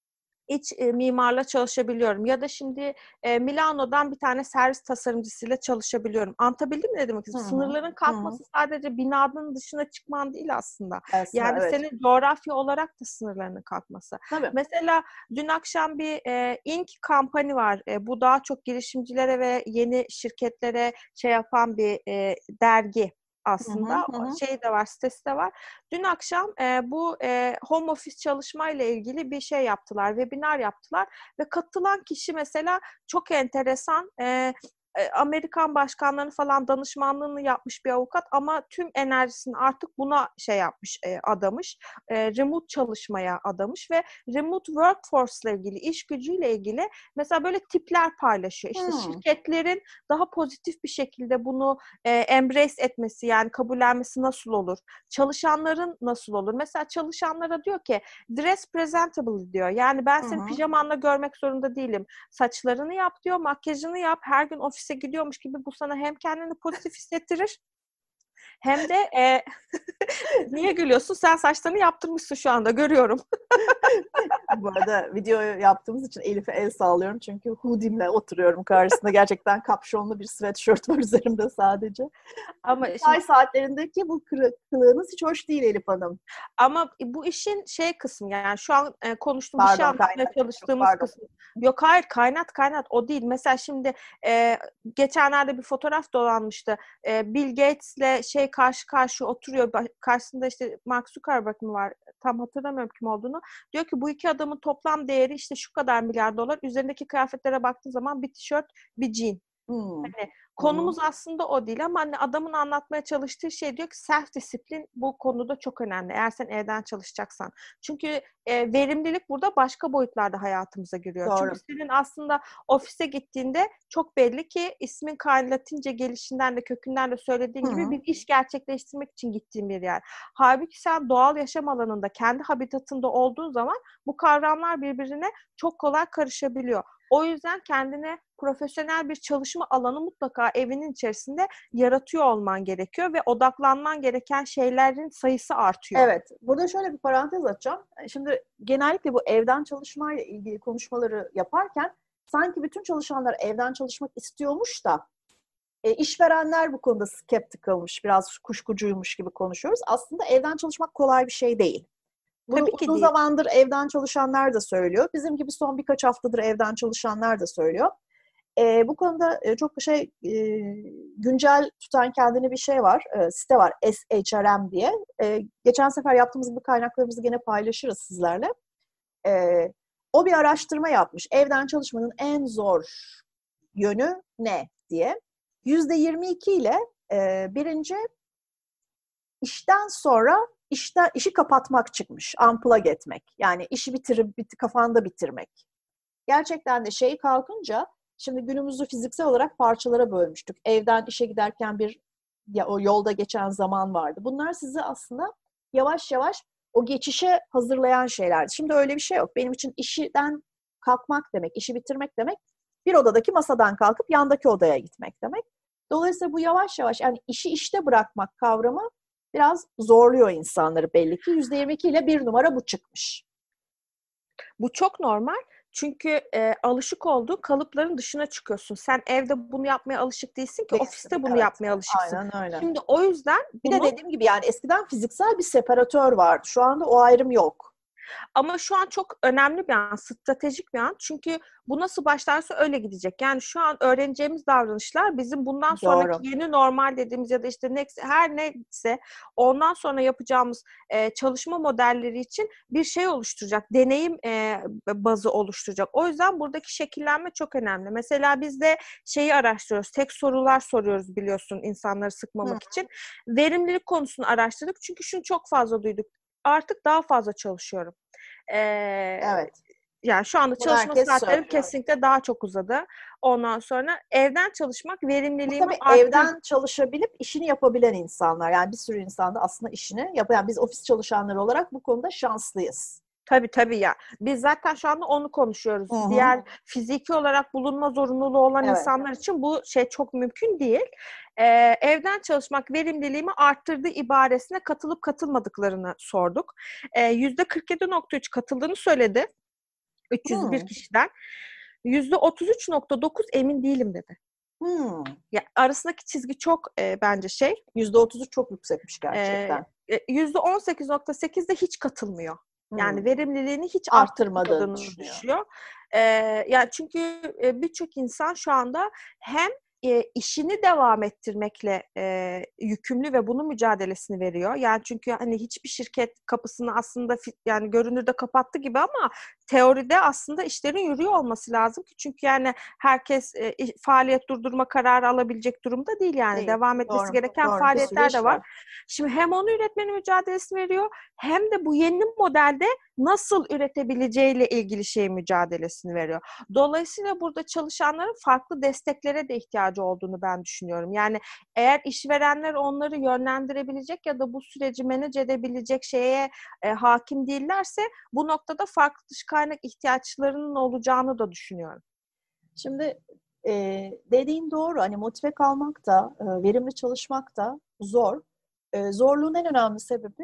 iç e, mimarla çalışabiliyorum. Ya da şimdi e, Milano'dan bir tane servis tasarımcısıyla çalışabiliyorum. Anlatabildim mi ne demek Hı istiyorum? hı. Sınırların Hı hı. kalkması sadece binanın dışına çıkman değil aslında. Aslında Yani evet. senin coğrafya olarak da sınırlarının kalkması. Tabii. Mesela dün akşam bir e, Ink kampanya var. E, bu daha çok girişimcilere ve yeni şirketlere şey yapan bir e, dergi. Hı hı. Aslında Hı hı. şey de var, sitesi de var. Dün akşam e, bu e, home office çalışmayla ilgili bir şey yaptılar, webinar yaptılar ve katılan kişi mesela çok enteresan. E, Amerikan başkanlarının falan danışmanlığını yapmış bir avukat ama tüm enerjisini artık buna şey yapmış, e, adamış. E, remote çalışmaya adamış ve remote workforce ile ilgili, iş gücüyle ilgili mesela böyle tipler paylaşıyor. İşte Hı. şirketlerin daha pozitif bir şekilde bunu e, embrace etmesi, yani kabullenmesi nasıl olur? Çalışanların nasıl olur? Mesela çalışanlara diyor ki dress presentable diyor. Yani ben Hı seni hı. pijamanla görmek zorunda değilim. Saçlarını yap diyor, makyajını yap. Her gün ofise gidiyormuş gibi bu sana hem kendini pozitif hissettirir hem de e, niye gülüyorsun? Sen saçlarını yaptırmışsın şu anda, görüyorum. Bu arada video yaptığımız için Elif'e el sağlıyorum. Çünkü hoodie'mle oturuyorum karşısında. Gerçekten kapşonlu bir sweatshirt var üzerimde sadece. Ama Mesai şimdi saatlerindeki bu kırıklığınız hiç hoş değil Elif Hanım. Ama bu işin şey kısmı, yani şu an e, konuştuğum bir şey Pardon anlatmaya kaynak. Çok çalıştığımız pardon. kısmı. Yok hayır, kaynat kaynat o değil. Mesela şimdi e, geçenlerde bir fotoğraf dolanmıştı. E, Bill Gates'le şey karşı karşı oturuyor. Karşısında işte Mark Zuckerberg mi var? Tam hatırlamıyorum kim olduğunu. Diyor ki bu iki adamın toplam değeri işte şu kadar milyar dolar. Üzerindeki kıyafetlere baktığı zaman bir tişört, bir jean. Hmm. Hani Hı hı. konumuz aslında o değil ama hani adamın anlatmaya çalıştığı şey diyor ki self disiplin bu konuda çok önemli. Eğer sen evden çalışacaksan. Çünkü e, verimlilik burada başka boyutlarda hayatımıza giriyor. Çünkü Doğru. senin aslında ofise gittiğinde çok belli ki ismin Latince gelişinden de kökünden de söylediğin Hı gibi hı. bir iş gerçekleştirmek için gittiğin bir yer. Halbuki sen doğal yaşam alanında, kendi habitatında olduğun zaman bu kavramlar birbirine çok kolay karışabiliyor. O yüzden kendine profesyonel bir çalışma alanı mutlaka evinin içerisinde yaratıyor olman gerekiyor ve odaklanman gereken şeylerin sayısı artıyor. Evet. Burada şöyle bir parantez açacağım. Şimdi genellikle bu evden çalışmayla ilgili konuşmaları yaparken sanki bütün çalışanlar evden çalışmak istiyormuş da e, işverenler bu konuda skepticalmış, biraz kuşkucuymuş gibi konuşuyoruz. Aslında evden çalışmak kolay bir şey değil. Bunu Tabii ki uzun değil. zamandır evden çalışanlar da söylüyor. Bizim gibi son birkaç haftadır evden çalışanlar da söylüyor. E, bu konuda e, çok şey e, güncel tutan kendine bir şey var. E, site var S H R M diye. E, geçen sefer yaptığımız bu kaynaklarımızı gene paylaşırız sizlerle. E, o bir araştırma yapmış. Evden çalışmanın en zor yönü ne diye. yüzde yirmi iki ile e, birinci işten sonra işte, işi kapatmak çıkmış. Unplug etmek. Yani işi bitirip bit, kafanda bitirmek. Gerçekten de şey kalkınca şimdi günümüzü fiziksel olarak parçalara bölmüştük. Evden işe giderken bir ya o yolda geçen zaman vardı. Bunlar sizi aslında yavaş yavaş o geçişe hazırlayan şeylerdi. Şimdi öyle bir şey yok. Benim için işten kalkmak demek, işi bitirmek demek, bir odadaki masadan kalkıp yandaki odaya gitmek demek. Dolayısıyla bu yavaş yavaş, yani işi işte bırakmak kavramı biraz zorluyor insanları belli ki. yüzde yirmi iki ile bir numara bu çıkmış. Bu çok normal. Çünkü e, alışık olduğun kalıpların dışına çıkıyorsun. Sen evde bunu yapmaya alışık değilsin ki, Değilsin, ofiste bunu evet. yapmaya alışıksın. Aynen öyle. Şimdi o yüzden Bir bunu... de dediğim gibi yani eskiden fiziksel bir separatör vardı. Şu anda o ayrım yok. Ama şu an çok önemli bir an, stratejik bir an. Çünkü bu nasıl başlarsa öyle gidecek. Yani şu an öğreneceğimiz davranışlar bizim bundan sonraki Doğru. yeni normal dediğimiz ya da işte next, her neyse ondan sonra yapacağımız e, çalışma modelleri için bir şey oluşturacak. Deneyim e, bazı oluşturacak. O yüzden buradaki şekillenme çok önemli. Mesela biz de şeyi araştırıyoruz. Tek sorular soruyoruz biliyorsun, insanları sıkmamak Hı. için. Verimlilik konusunu araştırdık. Çünkü şunu çok fazla duyduk. Artık daha fazla çalışıyorum. Ee, Evet. Yani şu anda Bunu çalışma herkes saatlerim söylüyor. kesinlikle daha çok uzadı. Ondan sonra evden çalışmak Bu verimliliğimi tabii arttırdı. evden çalışabilip işini yapabilen insanlar. Yani bir sürü insan da aslında işini yapıyor. Yani biz ofis çalışanları olarak bu konuda şanslıyız. Tabii tabii ya. Biz zaten şu anda onu konuşuyoruz. Hı hı. Diğer fiziki olarak bulunma zorunluluğu olan Evet. insanlar için bu şey çok mümkün değil. Ee, evden çalışmak verimliliğimi arttırdı ibaresine katılıp katılmadıklarını sorduk. Ee, yüzde kırk yedi nokta üç katıldığını söyledi. üç yüz bir Hmm. kişiden. yüzde otuz üç nokta dokuz emin değilim dedi. Hmm. Ya arasındaki çizgi çok e, bence şey. yüzde otuz üç çok yüksekmiş E, gerçekten. yüzde on sekiz nokta sekiz de hiç katılmıyor. Yani Hmm. verimliliğini hiç Arttırmadığını arttırmadığını düşünüyor. düşünüyor. E, yani çünkü e, birçok insan şu anda hem e, işini devam ettirmekle e, yükümlü ve bunun mücadelesini veriyor. Yani çünkü hani hiçbir şirket kapısını aslında yani görünürde kapattı gibi ama teoride aslında işlerin yürüyor olması lazım ki, çünkü yani herkes e, faaliyet durdurma kararı alabilecek durumda değil yani. Değil. Devam etmesi Doğru. gereken Doğru. Bir sürü faaliyetler iş de var. var. Şimdi hem onu üretmenin mücadelesini veriyor, hem de bu yeni modelde nasıl üretebileceğiyle ilgili şey mücadelesini veriyor. Dolayısıyla burada çalışanların farklı desteklere de ihtiyacı olduğunu ben düşünüyorum. Yani eğer işverenler onları yönlendirebilecek ya da bu süreci manage edebilecek şeye e, hakim değillerse bu noktada farklı dış kaynak ihtiyaçlarının olacağını da düşünüyorum. Şimdi e, dediğin doğru. Hani motive kalmak da, e, verimli çalışmak da zor. E, zorluğun en önemli sebebi,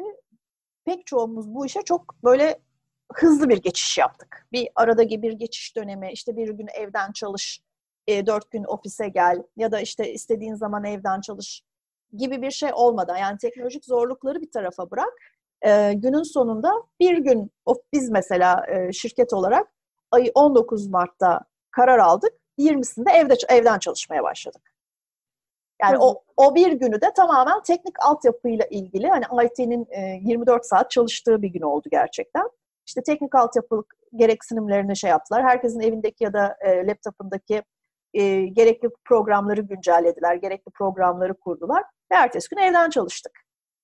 pek çoğumuz bu işe çok böyle hızlı bir geçiş yaptık. Bir arada bir geçiş dönemi, işte bir gün evden çalış, e, dört gün ofise gel ya da işte istediğin zaman evden çalış gibi bir şey olmadan, yani teknolojik zorlukları bir tarafa bırak. E, günün sonunda bir gün, of, biz mesela e, şirket olarak ayı on dokuz Mart'ta karar aldık, yirmisinde evde evden çalışmaya başladık. Yani o, o bir günü de tamamen teknik altyapıyla ilgili, hani I T'nin e, yirmi dört saat çalıştığı bir gün oldu gerçekten. İşte teknik altyapı gereksinimlerini şey yaptılar. Herkesin evindeki ya da e, laptopundaki e, gerekli programları güncellediler, gerekli programları kurdular ve ertesi gün evden çalıştık.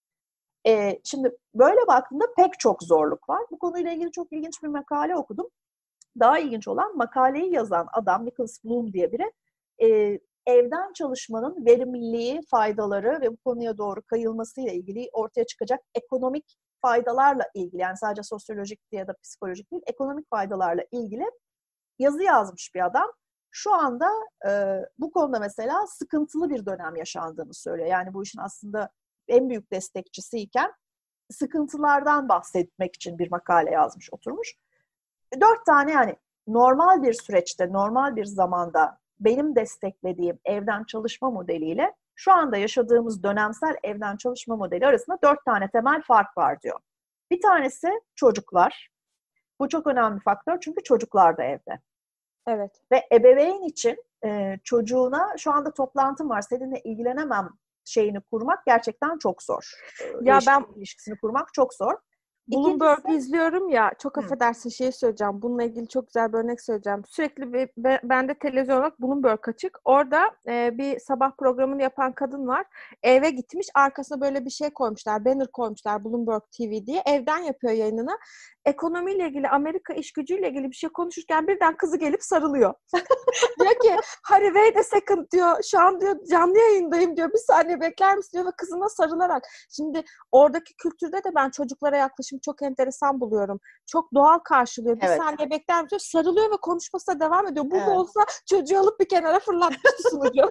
E, şimdi böyle baktığımda pek çok zorluk var. Bu konuyla ilgili çok ilginç bir makale okudum. Daha ilginç olan, makaleyi yazan adam Nicholas Bloom diye biri, e, evden çalışmanın verimliliği, faydaları ve bu konuya doğru kayılmasıyla ilgili ortaya çıkacak ekonomik faydalarla ilgili, yani sadece sosyolojik ya da psikolojik değil, ekonomik faydalarla ilgili yazı yazmış bir adam. Şu anda e, bu konuda mesela sıkıntılı bir dönem yaşandığını söylüyor. Yani bu işin aslında en büyük destekçisiyken sıkıntılardan bahsetmek için bir makale yazmış, oturmuş. Dört tane, yani normal bir süreçte, normal bir zamanda benim desteklediğim evden çalışma modeliyle şu anda yaşadığımız dönemsel evden çalışma modeli arasında dört tane temel fark var diyor. Bir tanesi çocuklar. Bu çok önemli bir faktör çünkü çocuklar da evde. Evet. Ve ebeveyn için e, çocuğuna şu anda toplantım var, seninle ilgilenemem şeyini kurmak gerçekten çok zor. Ya ben İlişkisini kurmak çok zor. Bloomberg'u izliyorum ya, çok Hı. affedersin şeyi söyleyeceğim. Bununla ilgili çok güzel bir örnek söyleyeceğim. Sürekli bir, be, bende televizyon olarak Bloomberg açık. Orada e, bir sabah programını yapan kadın var. Eve gitmiş, arkasına böyle bir şey koymuşlar. Banner koymuşlar, Bloomberg T V diye. Evden yapıyor yayınını. Ekonomiyle ilgili, Amerika iş gücüyle ilgili bir şey konuşurken birden kızı gelip sarılıyor. Diyor ki, Harry wait a second diyor. Şu an diyor canlı yayındayım diyor. Bir saniye bekler misin diyor ve kızına sarılarak. Şimdi oradaki kültürde de ben çocuklara yaklaşım çok enteresan buluyorum. Çok doğal karşılıyor. Bir Evet. saniye bekler misin diyor. Sarılıyor ve konuşmasına devam ediyor. Burada Evet. olsa çocuğu alıp bir kenara fırlatmıştı sunucu.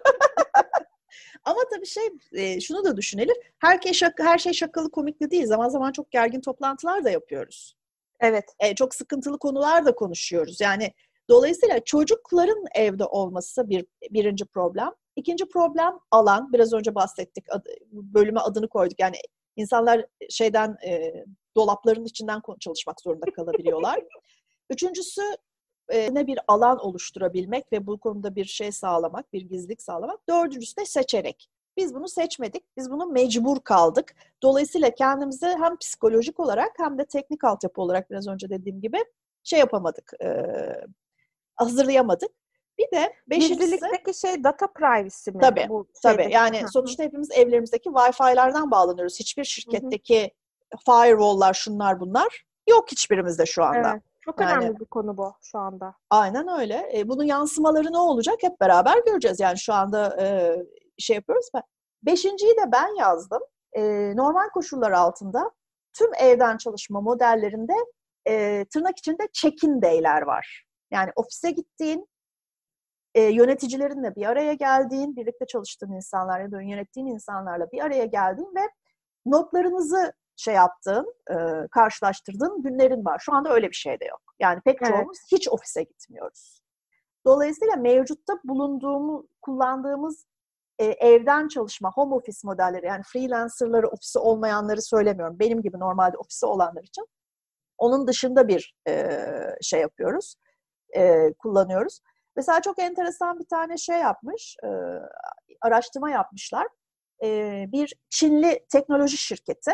Ama tabii şey, e, şunu da düşünelim. Herkes şaka, her şey şakalı komikli değil. Zaman zaman çok gergin toplantılar da yapıyoruz. Evet. E, çok sıkıntılı konular da konuşuyoruz. Yani dolayısıyla çocukların evde olması bir birinci problem. İkinci problem alan. Biraz önce bahsettik. Adı, bölüme adını koyduk. Yani insanlar şeyden e, dolapların içinden çalışmak zorunda kalabiliyorlar. Üçüncüsü e, ne bir alan oluşturabilmek ve bu konuda bir şey sağlamak, bir gizlilik sağlamak. Dördüncüsü de seçerek. Biz bunu seçmedik, biz bunu mecbur kaldık. Dolayısıyla kendimizi hem psikolojik olarak hem de teknik altyapı olarak biraz önce dediğim gibi şey yapamadık, e, hazırlayamadık. Bir de beşincisi... Gizlilikteki şey data privacy mi? Tabii, Bu tabii. Yani sonuçta hepimiz evlerimizdeki Wi-Fi'lerden bağlanıyoruz. Hiçbir şirketteki firewall'lar, şunlar bunlar yok hiçbirimizde şu anda. Evet. Çok yani, önemli bir konu bu şu anda. Aynen öyle. E, bunun yansımaları ne olacak hep beraber göreceğiz. Yani şu anda e, şey yapıyoruz. Beşinciyi de ben yazdım. E, normal koşullar altında tüm evden çalışma modellerinde e, tırnak içinde check-in day'ler var. Yani ofise gittiğin, e, yöneticilerinle bir araya geldiğin, birlikte çalıştığın insanlar ya da yönettiğin insanlarla bir araya geldiğin ve notlarınızı şey yaptığın, e, karşılaştırdığın günlerin var. Şu anda öyle bir şey de yok. Yani pek Evet. çoğumuz hiç ofise gitmiyoruz. Dolayısıyla mevcutta bulunduğumuz, kullandığımız e, evden çalışma, home office modelleri, yani freelancerları, ofisi olmayanları söylemiyorum. Benim gibi normalde ofisi olanlar için. Onun dışında bir e, şey yapıyoruz, e, kullanıyoruz. Mesela çok enteresan bir tane şey yapmış, e, araştırma yapmışlar. E, bir Çinli teknoloji şirketi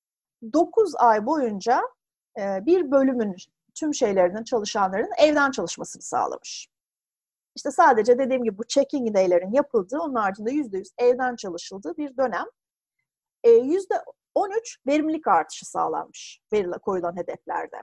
dokuz ay boyunca e, bir bölümün tüm şeylerinin, çalışanların evden çalışmasını sağlamış. İşte sadece dediğim gibi bu checking day'lerin yapıldığı, onun haricinde yüzde yüz evden çalışıldığı bir dönem. E, yüzde on üç verimlilik artışı sağlanmış verilen koyulan hedeflerde.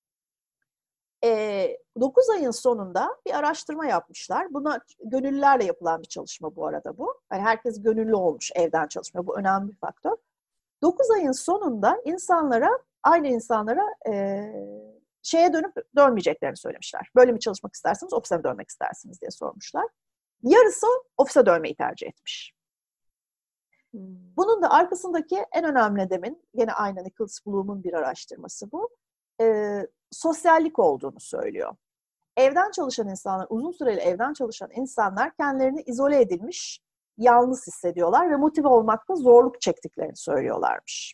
E, dokuz ayın sonunda bir araştırma yapmışlar. Buna gönüllülerle yapılan bir çalışma bu arada bu. Yani herkes gönüllü olmuş evden çalışmaya. Bu önemli bir faktör. dokuz ayın sonunda insanlara, aynı insanlara e, şeye dönüp dönmeyeceklerini söylemişler. Böyle mi çalışmak istersiniz, ofise mi dönmek istersiniz diye sormuşlar. Yarısı ofise dönmeyi tercih etmiş. Hmm. Bunun da arkasındaki en önemli nedenin, yine aynı Nicholas Bloom'un bir araştırması bu, e, sosyallik olduğunu söylüyor. Evden çalışan insanlar, uzun süreli evden çalışan insanlar kendilerini izole edilmiş, yalnız hissediyorlar ve motive olmakta zorluk çektiklerini söylüyorlarmış.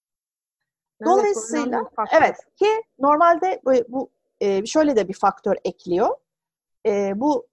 Dolayısıyla evet, evet ki normalde bu, bu e, şöyle de bir faktör ekliyor. E, bu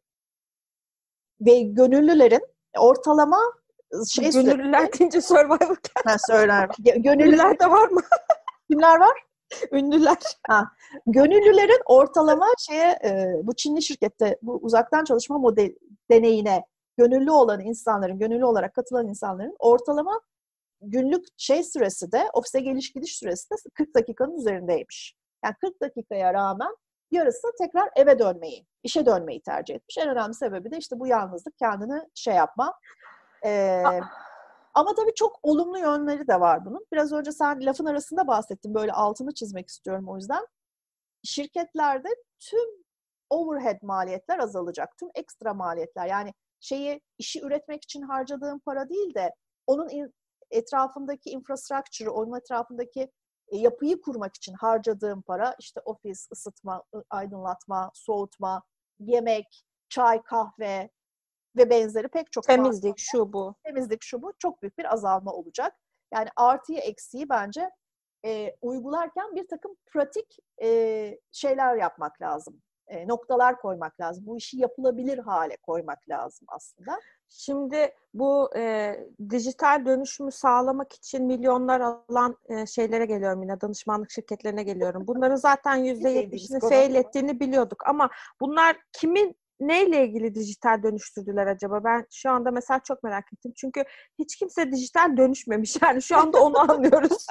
ve gönüllülerin ortalama şey gönüllüler sürekli, deyince Survivor ha, söyler. Gönüllüler de var mı? Kimler var? Ünlüler. Ha, gönüllülerin ortalama şeye e, bu Çinli şirkette bu uzaktan çalışma model deneyine gönüllü olan insanların, gönüllü olarak katılan insanların ortalama günlük şey süresi de, ofise geliş gidiş süresi de kırk dakikanın üzerindeymiş. Yani kırk dakikaya rağmen yarısı tekrar eve dönmeyi, işe dönmeyi tercih etmiş. En önemli sebebi de işte bu yalnızlık, kendini şey yapma. Ee, ama tabii çok olumlu yönleri de var bunun. Biraz önce sen lafın arasında bahsettin, böyle altını çizmek istiyorum o yüzden. Şirketlerde tüm overhead maliyetler azalacak, tüm ekstra maliyetler. Yani şeyi, işi üretmek için harcadığım para değil de onun etrafındaki infrastructure'ı, onun etrafındaki yapıyı kurmak için harcadığım para, işte ofis, ısıtma, aydınlatma, soğutma, yemek, çay, kahve ve benzeri pek çok temizlik, şu bu. Temizlik, şu bu. Çok büyük bir azalma olacak. Yani artıyı eksiği bence e, uygularken bir takım pratik e, şeyler yapmak lazım. e, noktalar koymak lazım. Bu işi yapılabilir hale koymak lazım aslında. Şimdi bu e, dijital dönüşümü sağlamak için milyonlar alan e, şeylere geliyorum yine, danışmanlık şirketlerine geliyorum. Bunların zaten yüzde yetmişini fail ettiğini biliyorduk ama bunlar kimin neyle ilgili dijital dönüştürdüler acaba? Ben şu anda mesela çok merak ettim. Çünkü hiç kimse dijital dönüşmemiş. Yani şu anda onu anlıyoruz.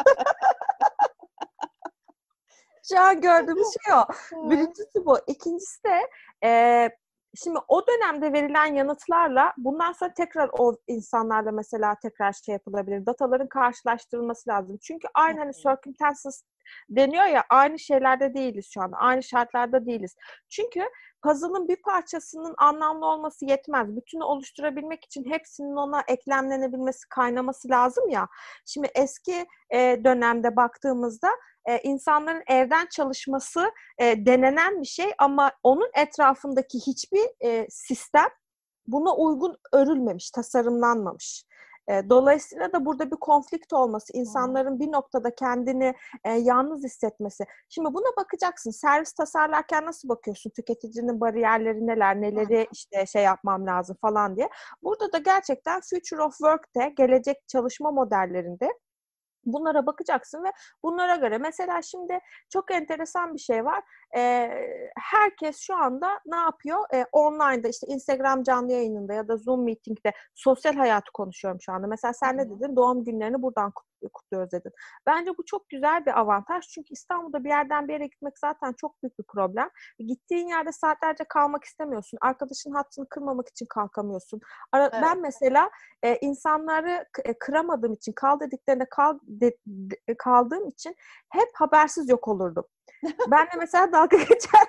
Şu an gördüğümüz şey o. Birincisi bu. İkincisi de e, şimdi o dönemde verilen yanıtlarla bundan sonra tekrar o insanlarla mesela tekrar şey yapılabilir. Dataların karşılaştırılması lazım. Çünkü aynı hani circumstances deniyor ya, aynı şeylerde değiliz şu anda. Aynı şartlarda değiliz. Çünkü puzzle'ın bir parçasının anlamlı olması yetmez. Bütünü oluşturabilmek için hepsinin ona eklemlenebilmesi, kaynaması lazım ya. Şimdi eski e, dönemde baktığımızda e, insanların evden çalışması e, denenen bir şey ama onun etrafındaki hiçbir e, sistem buna uygun örülmemiş, tasarımlanmamış. E, dolayısıyla da burada bir konflikt olması, insanların bir noktada kendini e, yalnız hissetmesi. Şimdi buna bakacaksın. Servis tasarlarken nasıl bakıyorsun? Tüketicinin bariyerleri neler, neleri işte şey yapmam lazım falan diye. Burada da gerçekten Future of Work'te, gelecek çalışma modellerinde bunlara bakacaksın ve bunlara göre mesela şimdi çok enteresan bir şey var. Ee, herkes şu anda ne yapıyor? Ee, online'da işte Instagram canlı yayınında ya da Zoom meeting'de sosyal hayatı konuşuyorum şu anda. Mesela sen ne dedin? Doğum günlerini buradan kutluyoruz dedin. Bence bu çok güzel bir avantaj. Çünkü İstanbul'da bir yerden bir yere gitmek zaten çok büyük bir problem. Gittiğin yerde saatlerce kalmak istemiyorsun. Arkadaşın hattını kırmamak için kalkamıyorsun. Ara, evet. Ben mesela e, insanları k- kıramadığım için, kal dediklerinde kal de, de, kaldığım için hep habersiz yok olurdum. Ben de mesela dalga geçer.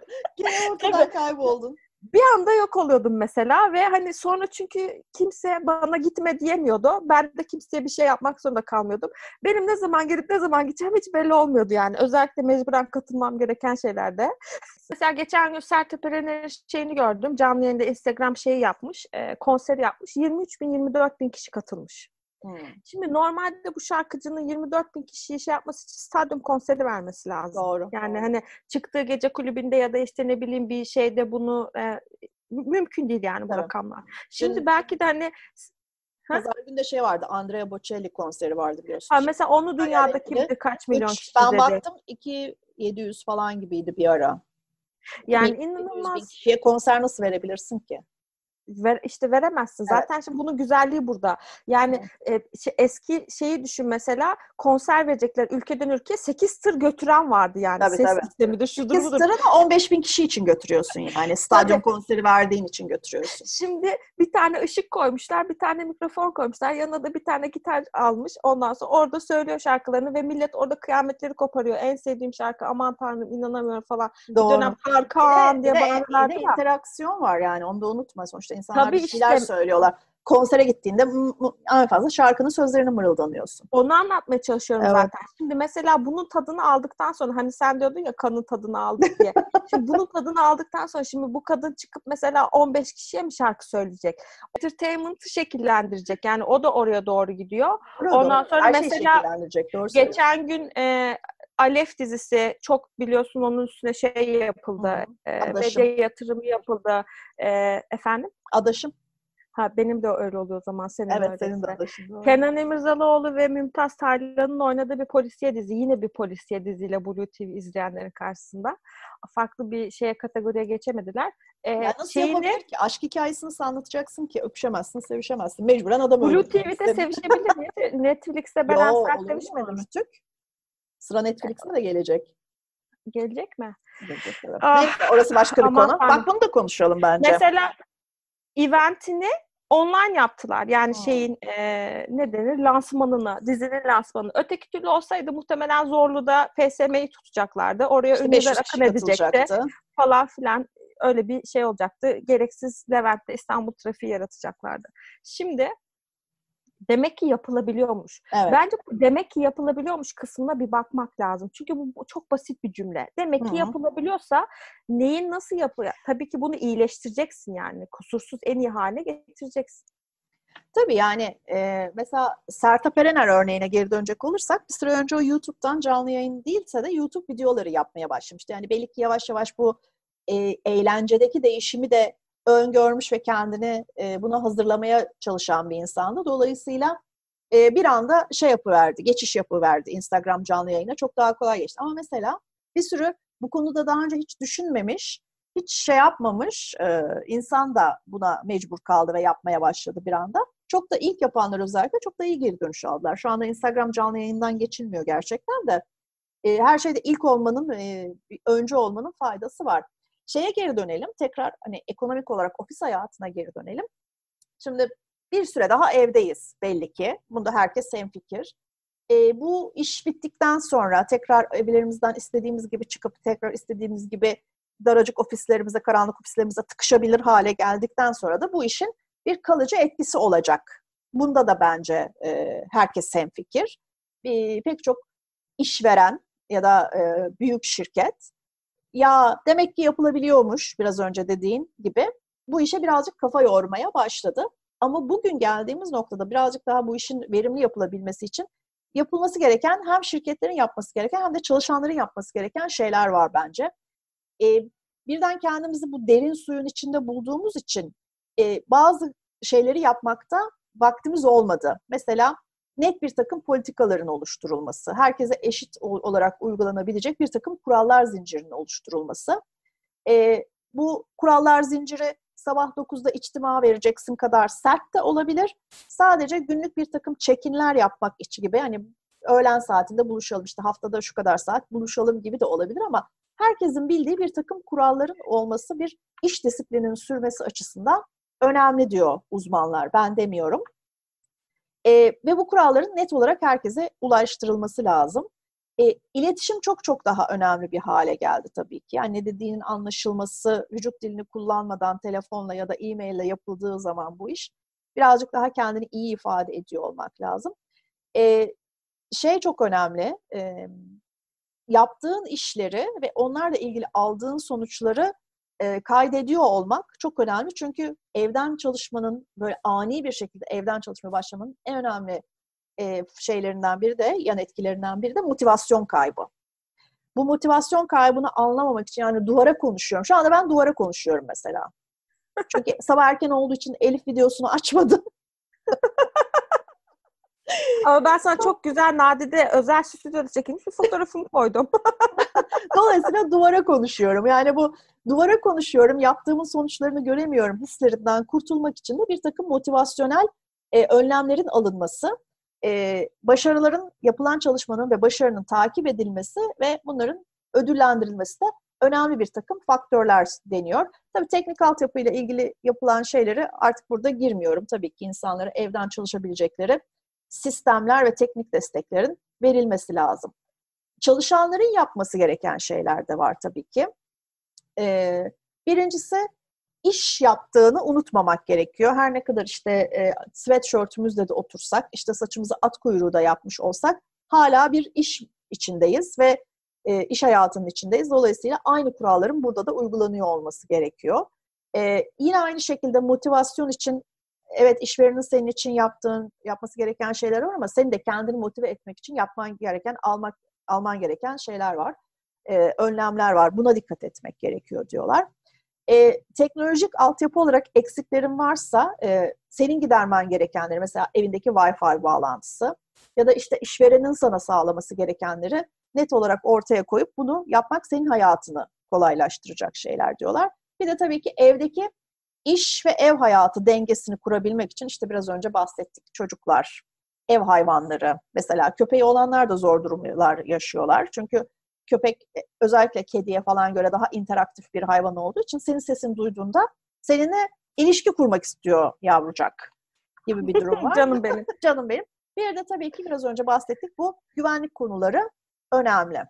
Gene ortadan kayboldun. Bir anda yok oluyordum mesela ve hani sonra çünkü kimse bana gitme diyemiyordu. Ben de kimseye bir şey yapmak zorunda kalmıyordum. Benim ne zaman gelip ne zaman gideceğim hiç belli olmuyordu yani. Özellikle mecburen katılmam gereken şeylerde. Mesela geçen gün Sertab Erener'in şeyini gördüm. Canlı yayında Instagram şeyi yapmış, e, konseri yapmış. yirmi üç bin yirmi dört bin kişi katılmış. Hmm. Şimdi normalde bu şarkıcının yirmi dört bin kişiyi şey yapması için stadyum konseri vermesi lazım. Doğru. Yani doğru. Hani çıktığı gece kulübünde ya da işte ne bileyim bir şeyde bunu e, mümkün değil yani bu evet. rakamlar. Şimdi Dün, belki de hani Pazar günde şey vardı, Andrea Bocelli konseri vardı biliyorsun. Ha, mesela onu dünyada kim bilir kaç milyon üç, kişi ben izledi. Ben baktım iki bin yedi yüz falan gibiydi bir ara. Yani inanılmaz. bin kişiye konser nasıl verebilirsin ki? Ver, işte veremezsin. Zaten evet. Şimdi bunun güzelliği burada. Yani evet. e, şey, eski şeyi düşün mesela, konser verecekler ülkeden ülkeye sekiz tır götüren vardı yani. Tabii, Ses tabii. sistemi de şudur budur. sekiz tırı da on beş bin kişi için götürüyorsun yani. Stadyum konseri verdiğin için götürüyorsun. Şimdi bir tane ışık koymuşlar, bir tane mikrofon koymuşlar. Yanına da bir tane gitar almış. Ondan sonra orada söylüyor şarkılarını ve millet orada kıyametleri koparıyor. En sevdiğim şarkı, aman tanrım inanamıyorum falan. Doğru. Bir dönem Tarkan diye bağırırlardı. Bir de interaksiyon var yani. Onu da unutma. Sonuçta insanlar Tabii bir şeyler işte, söylüyorlar. Konsere gittiğinde en fazla şarkının sözlerini mırıldanıyorsun. Onu anlatmaya çalışıyorum evet. zaten. Şimdi mesela bunun tadını aldıktan sonra, hani sen diyordun ya kanın tadını aldık diye. Şimdi bunun tadını aldıktan sonra şimdi bu kadın çıkıp mesela on beş kişiye mi şarkı söyleyecek? Entertainment'ı şekillendirecek. Yani o da oraya doğru gidiyor. Orada Ondan doğru. sonra Her mesela doğru geçen gün e, Alef dizisi, çok biliyorsun, onun üstüne şey yapıldı. E, medya yatırımı yapıldı. E, efendim? Adaşım. Ha, benim de öyle oluyor o zaman, senin evet, de senin de adaşın. Kenan İmirzalıoğlu ve Mümtaz Taylan'ın oynadığı bir polisiye dizi. Yine bir polisiye diziyle Blue T V izleyenlerin karşısında. Farklı bir şeye, kategoriye geçemediler. Ee, ya nasıl şeyini, yapabilir ki? Aşk hikayesini nasıl anlatacaksın ki? Öpüşemezsin, sevişemezsin. Mecburen adam Blue öldürmek T V'de sevişebilir miyiz? Netflix'te Beren Saat sevişmedi mi? Sıra Netflix'e de gelecek. Gelecek mi? Gelecek, evet. Ah, neyse, orası başka bir konu. Bak bunu da konuşalım bence. Mesela eventini online yaptılar. Yani hmm. şeyin e, ne denir? Lansmanını, dizinin lansmanını. Öteki türlü olsaydı muhtemelen Zorlu'da P S M'yi tutacaklardı. Oraya işte ünlüler akın edecekti. Falan filan. Öyle bir şey olacaktı. Gereksiz Levent'te İstanbul trafiği yaratacaklardı. Şimdi demek ki yapılabiliyormuş. Evet. Bence demek ki yapılabiliyormuş kısmına bir bakmak lazım. Çünkü bu, bu çok basit bir cümle. Demek Hı-hı. ki yapılabiliyorsa neyin nasıl yapılıyor? Tabii ki bunu iyileştireceksin yani. Kusursuz en iyi haline getireceksin. Tabii yani e, mesela Sertab Erener örneğine geri dönecek olursak bir süre önce o YouTube'dan canlı yayın değilse de YouTube videoları yapmaya başlamıştı. Yani belki yavaş yavaş bu e, eğlencedeki değişimi de öngörmüş ve kendini e, buna hazırlamaya çalışan bir insandı. Dolayısıyla e, bir anda şey yapıverdi, geçiş yapıverdi Instagram canlı yayına. Çok daha kolay geçti. Ama mesela bir sürü bu konuda daha önce hiç düşünmemiş, hiç şey yapmamış e, insan da buna mecbur kaldı ve yapmaya başladı bir anda. Çok da ilk yapanlar özellikle çok da iyi geri dönüş aldılar. Şu anda Instagram canlı yayından geçilmiyor gerçekten de. E, her şeyde ilk olmanın, e, öncü olmanın faydası var. Şeye geri dönelim. Tekrar hani ekonomik olarak ofis hayatına geri dönelim. Şimdi bir süre daha evdeyiz belli ki. Bunda herkes hemfikir. E, bu iş bittikten sonra tekrar evlerimizden istediğimiz gibi çıkıp tekrar istediğimiz gibi daracık ofislerimize, karanlık ofislerimize tıkışabilir hale geldikten sonra da bu işin bir kalıcı etkisi olacak. Bunda da bence e, herkes hemfikir. E, pek çok işveren ya da e, büyük şirket ya demek ki yapılabiliyormuş biraz önce dediğin gibi bu işe birazcık kafa yormaya başladı. Ama bugün geldiğimiz noktada birazcık daha bu işin verimli yapılabilmesi için yapılması gereken hem şirketlerin yapması gereken hem de çalışanların yapması gereken şeyler var bence. E, birden kendimizi bu derin suyun içinde bulduğumuz için e, bazı şeyleri yapmakta vaktimiz olmadı. Mesela net bir takım politikaların oluşturulması, herkese eşit olarak uygulanabilecek bir takım kurallar zincirinin oluşturulması. E, bu kurallar zinciri sabah dokuzda içtima vereceksin kadar sert de olabilir. Sadece günlük bir takım check-in'ler yapmak için gibi, hani öğlen saatinde buluşalım, işte haftada şu kadar saat buluşalım gibi de olabilir ama herkesin bildiği bir takım kuralların olması bir iş disiplininin sürmesi açısından önemli diyor uzmanlar. Ben demiyorum. E, ve bu kuralların net olarak herkese ulaştırılması lazım. E, iletişim çok çok daha önemli bir hale geldi tabii ki. Yani ne dediğinin anlaşılması, vücut dilini kullanmadan telefonla ya da e-maille yapıldığı zaman bu iş birazcık daha kendini iyi ifade ediyor olmak lazım. E, şey çok önemli, e, yaptığın işleri ve onlarla ilgili aldığın sonuçları e, kaydediyor olmak çok önemli. Çünkü evden çalışmanın, böyle ani bir şekilde evden çalışmaya başlamanın en önemli e, şeylerinden biri de, yan etkilerinden biri de motivasyon kaybı. Bu motivasyon kaybını anlamamak için, yani duvara konuşuyorum. Şu anda ben duvara konuşuyorum mesela. Çünkü sabah erken olduğu için Elif videosunu açmadım. Ama ben sana çok güzel nadide özel stüdyoda çekilmiş bir fotoğrafımı koydum. Dolayısıyla duvara konuşuyorum. Yani bu duvara konuşuyorum, yaptığımın sonuçlarını göremiyorum hislerinden kurtulmak için de bir takım motivasyonel e, önlemlerin alınması, e, başarıların, yapılan çalışmanın ve başarının takip edilmesi ve bunların ödüllendirilmesi de önemli bir takım faktörler deniyor. Tabii teknik altyapıyla ilgili yapılan şeyleri artık burada girmiyorum. Tabii ki insanlara evden çalışabilecekleri sistemler ve teknik desteklerin verilmesi lazım. Çalışanların yapması gereken şeyler de var tabii ki. Ee, birincisi, iş yaptığını unutmamak gerekiyor. Her ne kadar işte e, sweatshirt'ümüzle de otursak, işte saçımızı at kuyruğu da yapmış olsak hala bir iş içindeyiz ve e, iş hayatının içindeyiz. Dolayısıyla aynı kuralların burada da uygulanıyor olması gerekiyor. E, yine aynı şekilde motivasyon için, evet, işverenin senin için yaptığın, yapması gereken şeyler var ama senin de kendini motive etmek için yapman gereken, almak alman gereken şeyler var. E, önlemler var. Buna dikkat etmek gerekiyor diyorlar. E, teknolojik altyapı olarak eksiklerin varsa e, senin gidermen gerekenleri, mesela evindeki Wi-Fi bağlantısı ya da işte işverenin sana sağlaması gerekenleri net olarak ortaya koyup bunu yapmak senin hayatını kolaylaştıracak şeyler diyorlar. Bir de tabii ki evdeki iş ve ev hayatı dengesini kurabilmek için işte biraz önce bahsettik, çocuklar, ev hayvanları, mesela köpeği olanlar da zor durumlar yaşıyorlar. Çünkü köpek özellikle kediye falan göre daha interaktif bir hayvan olduğu için senin sesini duyduğunda seninle ilişki kurmak istiyor yavrucak gibi bir durum var. Canım benim. Canım benim. Bir de tabii ki biraz önce bahsettik, bu güvenlik konuları önemli.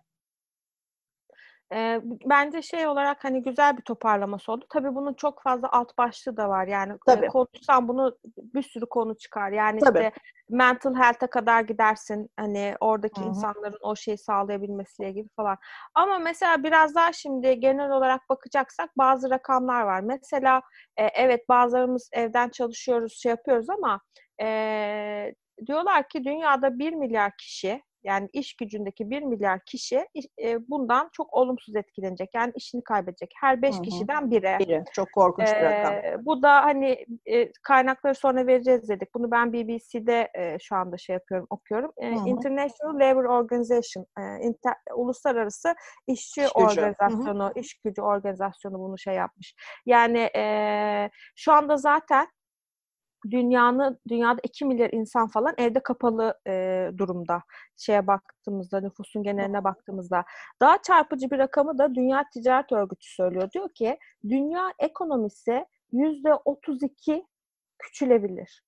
E, bence şey olarak hani güzel bir toparlaması oldu. Tabii bunun çok fazla alt başlığı da var. Yani e, Tabii. konuşsam bunu bir sürü konu çıkar. Yani Tabii. işte mental health'e kadar gidersin. Hani oradaki Hı hı. insanların o şeyi sağlayabilmesiyle ilgili falan. Ama mesela biraz daha şimdi genel olarak bakacaksak bazı rakamlar var. Mesela e, evet, bazılarımız evden çalışıyoruz, şey yapıyoruz ama e, diyorlar ki dünyada bir milyar kişi Yani iş gücündeki bir milyar kişi e, bundan çok olumsuz etkilenecek. Yani işini kaybedecek. Her Hı beş hı. kişiden biri. Biri. Çok korkunç bir rakam. Ee, bu da hani e, kaynakları sonra vereceğiz dedik. Bunu ben B B C'de e, şu anda şey yapıyorum, okuyorum. E, Hı hı. International Labour Organization, e, inter, Uluslararası İşçi İş gücü. Hı hı. Organizasyonu, İş Gücü Organizasyonu bunu şey yapmış. Yani e, şu anda zaten dünyanın dünyada iki milyar insan falan evde kapalı e, durumda. Şeye baktığımızda, nüfusun geneline baktığımızda. Daha çarpıcı bir rakamı da Dünya Ticaret Örgütü söylüyor. Diyor ki dünya ekonomisi yüzde otuz iki küçülebilir.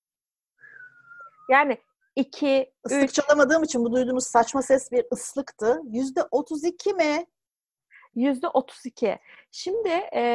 Yani iki, Islık üç, çalamadığım için bu duyduğunuz saçma ses bir ıslıktı. Yüzde otuz iki mi? yüzde otuz iki. Şimdi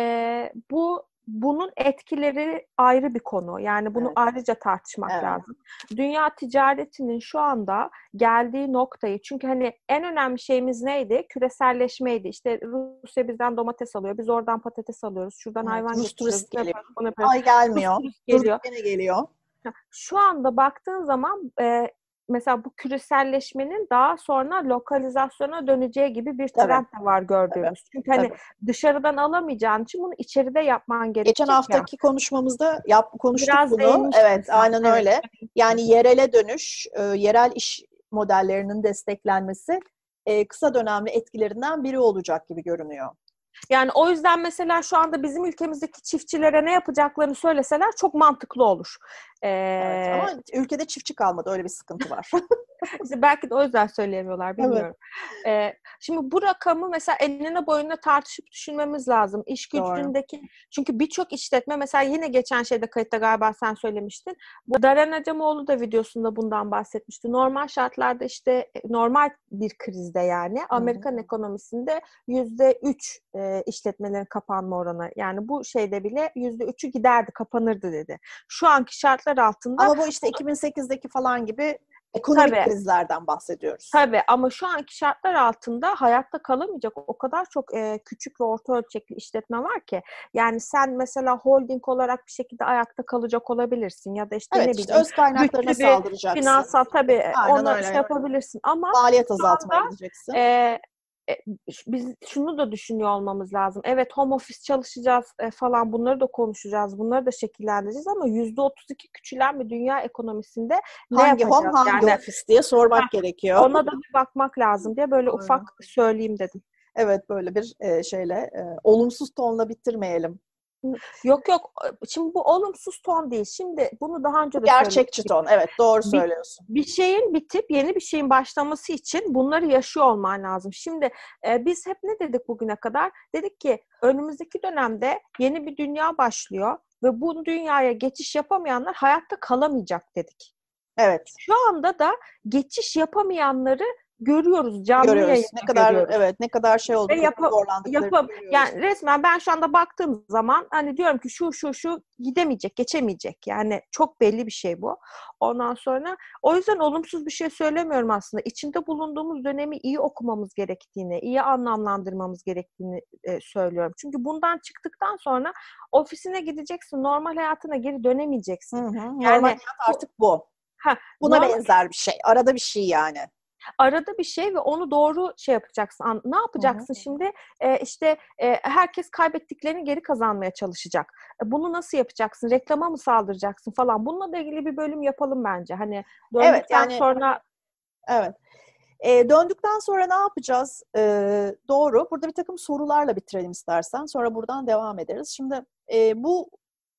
e, bu bunun etkileri ayrı bir konu. Yani bunu Evet. ayrıca tartışmak Evet. lazım. Dünya ticaretinin şu anda geldiği noktayı, çünkü hani en önemli şeyimiz neydi? Küreselleşmeydi. İşte Rusya bizden domates alıyor, biz oradan patates alıyoruz, şuradan Evet. hayvan Rus getiriyoruz, turist geliyor. bunu yapıyoruz. Ay Rus gelmiyor. turist Dur geliyor. gene geliyor. Şu anda baktığın zaman e, mesela bu küreselleşmenin daha sonra lokalizasyona döneceği gibi bir Tabii. trend de var gördüğümüz. Tabii. Çünkü hani Tabii. dışarıdan alamayacağın için bunu içeride yapman Geçen gerekecek ya. haftaki konuşmamızda yap, konuştuk Biraz bunu. değinmiştin Evet, sen. aynen Evet. öyle. Yani yerele dönüş, e, yerel iş modellerinin desteklenmesi e, kısa dönemli etkilerinden biri olacak gibi görünüyor. Yani o yüzden mesela şu anda bizim ülkemizdeki çiftçilere ne yapacaklarını söyleseler çok mantıklı olur. Ee, Evet, ama ülkede çiftçi kalmadı, öyle bir sıkıntı var. işte belki de o yüzden söyleyemiyorlar, bilmiyorum. Evet. Ee, şimdi bu rakamı mesela enine boyuna tartışıp düşünmemiz lazım. İş gücündeki, çünkü birçok işletme, mesela yine geçen şeyde kayıtta galiba sen söylemiştin. Bu Daren Acemoğlu da videosunda bundan bahsetmişti. Normal şartlarda işte normal bir krizde yani Amerikan Hı-hı. ekonomisinde yüzde üç e, işletmelerin kapanma oranı. Yani bu şeyde bile yüzde üçü giderdi, kapanırdı dedi. Şu anki şartlar altında. Ama bu işte iki bin sekizdeki falan gibi ekonomik Tabii. krizlerden bahsediyoruz. Tabii, ama şu anki şartlar altında hayatta kalamayacak o kadar çok e, küçük ve orta ölçekli işletme var ki. Yani sen mesela holding olarak bir şekilde ayakta kalacak olabilirsin ya da işte Evet, ne işte bileyim öz kaynaklarına güçlü bir saldıracaksın. finansal, tabii Aynen onu şey öyle. yapabilirsin ama Maliyet şu azaltmaya anda gideceksin. e, e, biz şunu da düşünüyor olmamız lazım. Evet, home office çalışacağız e, falan, bunları da konuşacağız, bunları da şekillendireceğiz ama yüzde otuz iki küçülen bir dünya ekonomisinde ne Hangi home, yapacağız? hangi Yani ofis diye sormak gerekiyor. ona da bir bakmak lazım diye böyle Doğru. ufak söyleyeyim dedim. Evet, böyle bir e, şeyle e, olumsuz tonla bitirmeyelim. Yok yok. Şimdi bu olumsuz ton değil. Şimdi bunu daha önce de Gerçekçi söylemiştik. ton. Evet, doğru Bir, söylüyorsun. bir şeyin bitip yeni bir şeyin başlaması için bunları yaşıyor olman lazım. Şimdi e, biz hep ne dedik bugüne kadar? Dedik ki önümüzdeki dönemde yeni bir dünya başlıyor ve bu dünyaya geçiş yapamayanlar hayatta kalamayacak dedik. Evet. Şu anda da geçiş yapamayanları görüyoruz. Canlı Görüyoruz. yayında Ne kadar görüyoruz. evet, ne kadar şey Ve olduklarını, yapa, zorlandıklarını yapam, görüyoruz. yani resmen ben şu anda baktığım zaman hani diyorum ki şu şu şu gidemeyecek, geçemeyecek. Yani çok belli bir şey bu. Ondan sonra o yüzden olumsuz bir şey söylemiyorum aslında. İçinde bulunduğumuz dönemi iyi okumamız gerektiğini, iyi anlamlandırmamız gerektiğini e, söylüyorum. Çünkü bundan çıktıktan sonra ofisine gideceksin, normal hayatına geri dönemeyeceksin. Hı hı. Normal Yani hayat artık bu. ha, Buna normal, benzer bir şey. Arada bir şey yani. arada bir şey ve onu doğru şey yapacaksın. Ne yapacaksın Hı hı. şimdi? Ee, işte e, herkes kaybettiklerini geri kazanmaya çalışacak. E, bunu nasıl yapacaksın? Reklama mı saldıracaksın falan? Bununla da ilgili bir bölüm yapalım bence. Hani döndükten Evet, yani sonra evet. E, döndükten sonra ne yapacağız? E, doğru. Burada bir takım sorularla bitirelim istersen. Sonra buradan devam ederiz. Şimdi e, bu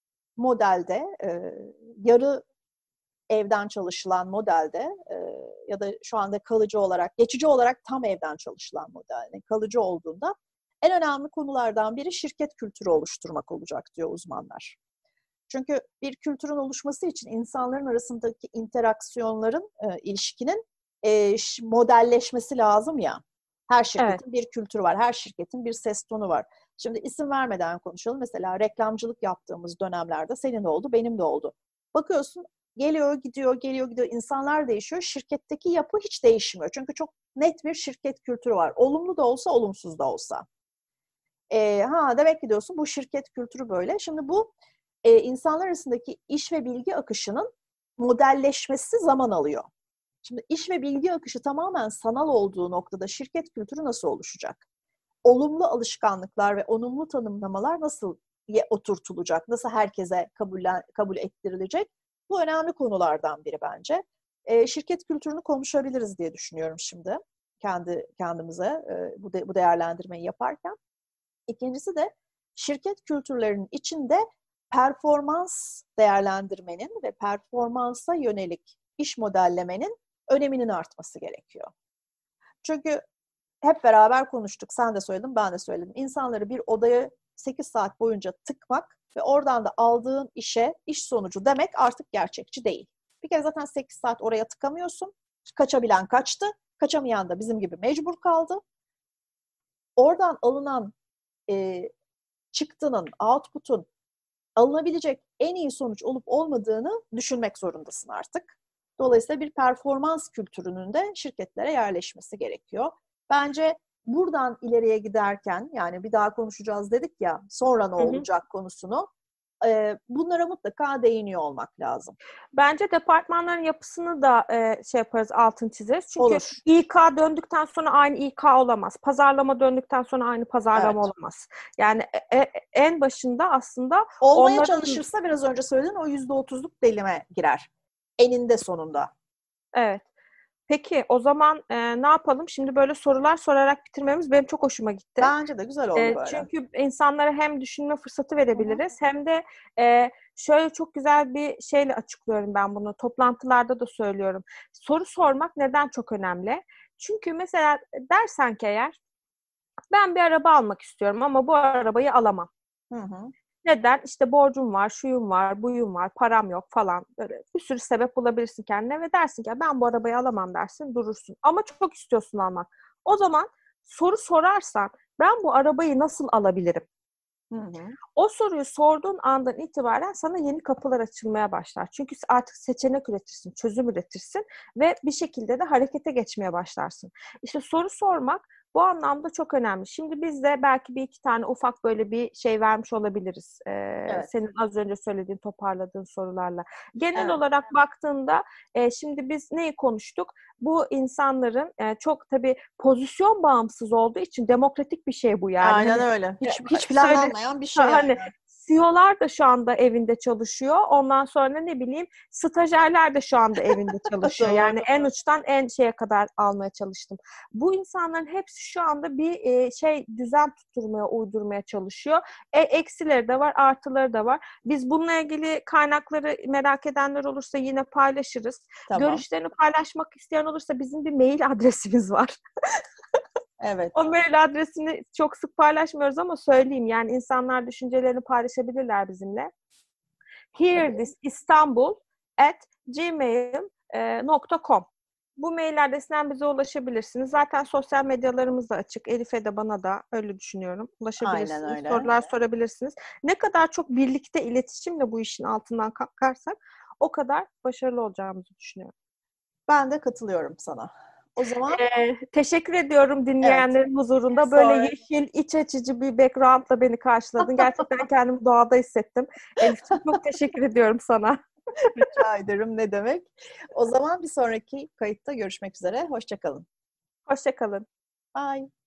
modelde e, yarı evden çalışılan modelde e, ya da şu anda kalıcı olarak, geçici olarak tam evden çalışılan model, yani kalıcı olduğunda en önemli konulardan biri şirket kültürü oluşturmak olacak diyor uzmanlar. Çünkü bir kültürün oluşması için insanların arasındaki interaksiyonların, e, ilişkinin e, modelleşmesi lazım ya. Her evet. şirketin bir kültürü var, her şirketin bir ses tonu var. Şimdi isim vermeden konuşalım. Mesela reklamcılık yaptığımız dönemlerde senin de oldu, benim de oldu. Bakıyorsun, geliyor, gidiyor, geliyor, gidiyor. İnsanlar değişiyor. Şirketteki yapı hiç değişmiyor. Çünkü çok net bir şirket kültürü var. Olumlu da olsa, olumsuz da olsa. E, ha demek ki diyorsun bu şirket kültürü böyle. Şimdi bu e, insanlar arasındaki iş ve bilgi akışının modelleşmesi zaman alıyor. Şimdi iş ve bilgi akışı tamamen sanal olduğu noktada şirket kültürü nasıl oluşacak? Olumlu alışkanlıklar ve olumlu tanımlamalar nasıl oturtulacak? Nasıl herkese kabul, kabul ettirilecek? Bu önemli konulardan biri bence. E, şirket kültürünü konuşabiliriz diye düşünüyorum şimdi. Kendi kendimize e, bu, de, bu değerlendirmeyi yaparken. İkincisi de şirket kültürlerinin içinde performans değerlendirmenin ve performansa yönelik iş modellemenin öneminin artması gerekiyor. Çünkü hep beraber konuştuk. Sen de söyledin, ben de söyledim. İnsanları bir odaya sekiz saat boyunca tıkmak ve oradan da aldığın işe iş sonucu demek artık gerçekçi değil. Bir kere zaten sekiz saat oraya tıkamıyorsun. Kaçabilen kaçtı. Kaçamayan da bizim gibi mecbur kaldı. Oradan alınan e, çıktının, output'un alınabilecek en iyi sonuç olup olmadığını düşünmek zorundasın artık. Dolayısıyla bir performans kültürünün de şirketlere yerleşmesi gerekiyor. Bence buradan ileriye giderken, yani bir daha konuşacağız dedik ya, sonra ne olacak konusunu, e, bunlara mutlaka değiniyor olmak lazım. Bence departmanların yapısını da e, şey yaparız, altını çizeriz. Çünkü Olur. İK döndükten sonra aynı İK olamaz. Pazarlama döndükten sonra aynı pazarlama evet. olamaz. Yani e, e, en başında aslında olmaya onların... çalışırsa biraz önce söylediğin o yüzde otuzluk delime girer. Eninde sonunda. Evet. Peki o zaman e, ne yapalım? Şimdi böyle sorular sorarak bitirmemiz benim çok hoşuma gitti. Bence de güzel oldu e, böyle. Çünkü insanlara hem düşünme fırsatı verebiliriz, hı hı, hem de e, şöyle çok güzel bir şeyle açıklıyorum ben bunu. Toplantılarda da söylüyorum. Soru sormak neden çok önemli? Çünkü mesela dersen ki eğer ben bir araba almak istiyorum ama bu arabayı alamam. Hı hı. Neden? İşte borcum var, şuyum var, buyum var, param yok falan. Böyle bir sürü sebep bulabilirsin kendine ve dersin ki ben bu arabayı alamam dersin, durursun. Ama çok istiyorsun almak. O zaman soru sorarsan ben bu arabayı nasıl alabilirim? Hı hı. O soruyu sorduğun andan itibaren sana yeni kapılar açılmaya başlar. Çünkü artık seçenek üretirsin, çözüm üretirsin ve bir şekilde de harekete geçmeye başlarsın. İşte soru sormak bu anlamda çok önemli. Şimdi biz de belki bir iki tane ufak böyle bir şey vermiş olabiliriz. Ee, evet. Senin az önce söylediğin, toparladığın sorularla. Genel evet. olarak baktığında e, şimdi biz neyi konuştuk? Bu insanların e, çok tabii pozisyon bağımsız olduğu için demokratik bir şey bu yani. Aynen hani, öyle. Hiç, hiç planlanmayan bir şey. Hani yani. C E O'lar da şu anda evinde çalışıyor. Ondan sonra ne bileyim stajyerler de şu anda evinde çalışıyor. Yani en uçtan en şeye kadar almaya çalıştım. Bu insanların hepsi şu anda bir e, şey düzen tutturmaya, uydurmaya çalışıyor. E, eksileri de var, artıları da var. Biz bununla ilgili kaynakları merak edenler olursa yine paylaşırız. Tamam. Görüşlerini paylaşmak isteyen olursa bizim bir mail adresimiz var. Evet. O mail adresini çok sık paylaşmıyoruz ama söyleyeyim. Yani insanlar düşüncelerini paylaşabilirler bizimle. hearthisistanbul at gmail nokta com Bu mail adresinden bize ulaşabilirsiniz. Zaten sosyal medyalarımız da açık. Elif'e de bana da öyle düşünüyorum. Ulaşabilirsiniz. Aynen öyle. Sorular sorabilirsiniz. Ne kadar çok birlikte iletişimle bu işin altından kalkarsak o kadar başarılı olacağımızı düşünüyorum. Ben de katılıyorum sana. O zaman ee, teşekkür ediyorum dinleyenlerin evet. huzurunda. Böyle Sonra... yeşil, iç açıcı bir background'la beni karşıladın. Gerçekten kendimi doğada hissettim. Elif'ciğim çok teşekkür ediyorum sana. Rica ederim, ne demek. O zaman bir sonraki kayıtta görüşmek üzere. Hoşça kalın. Hoşça kalın. Bye.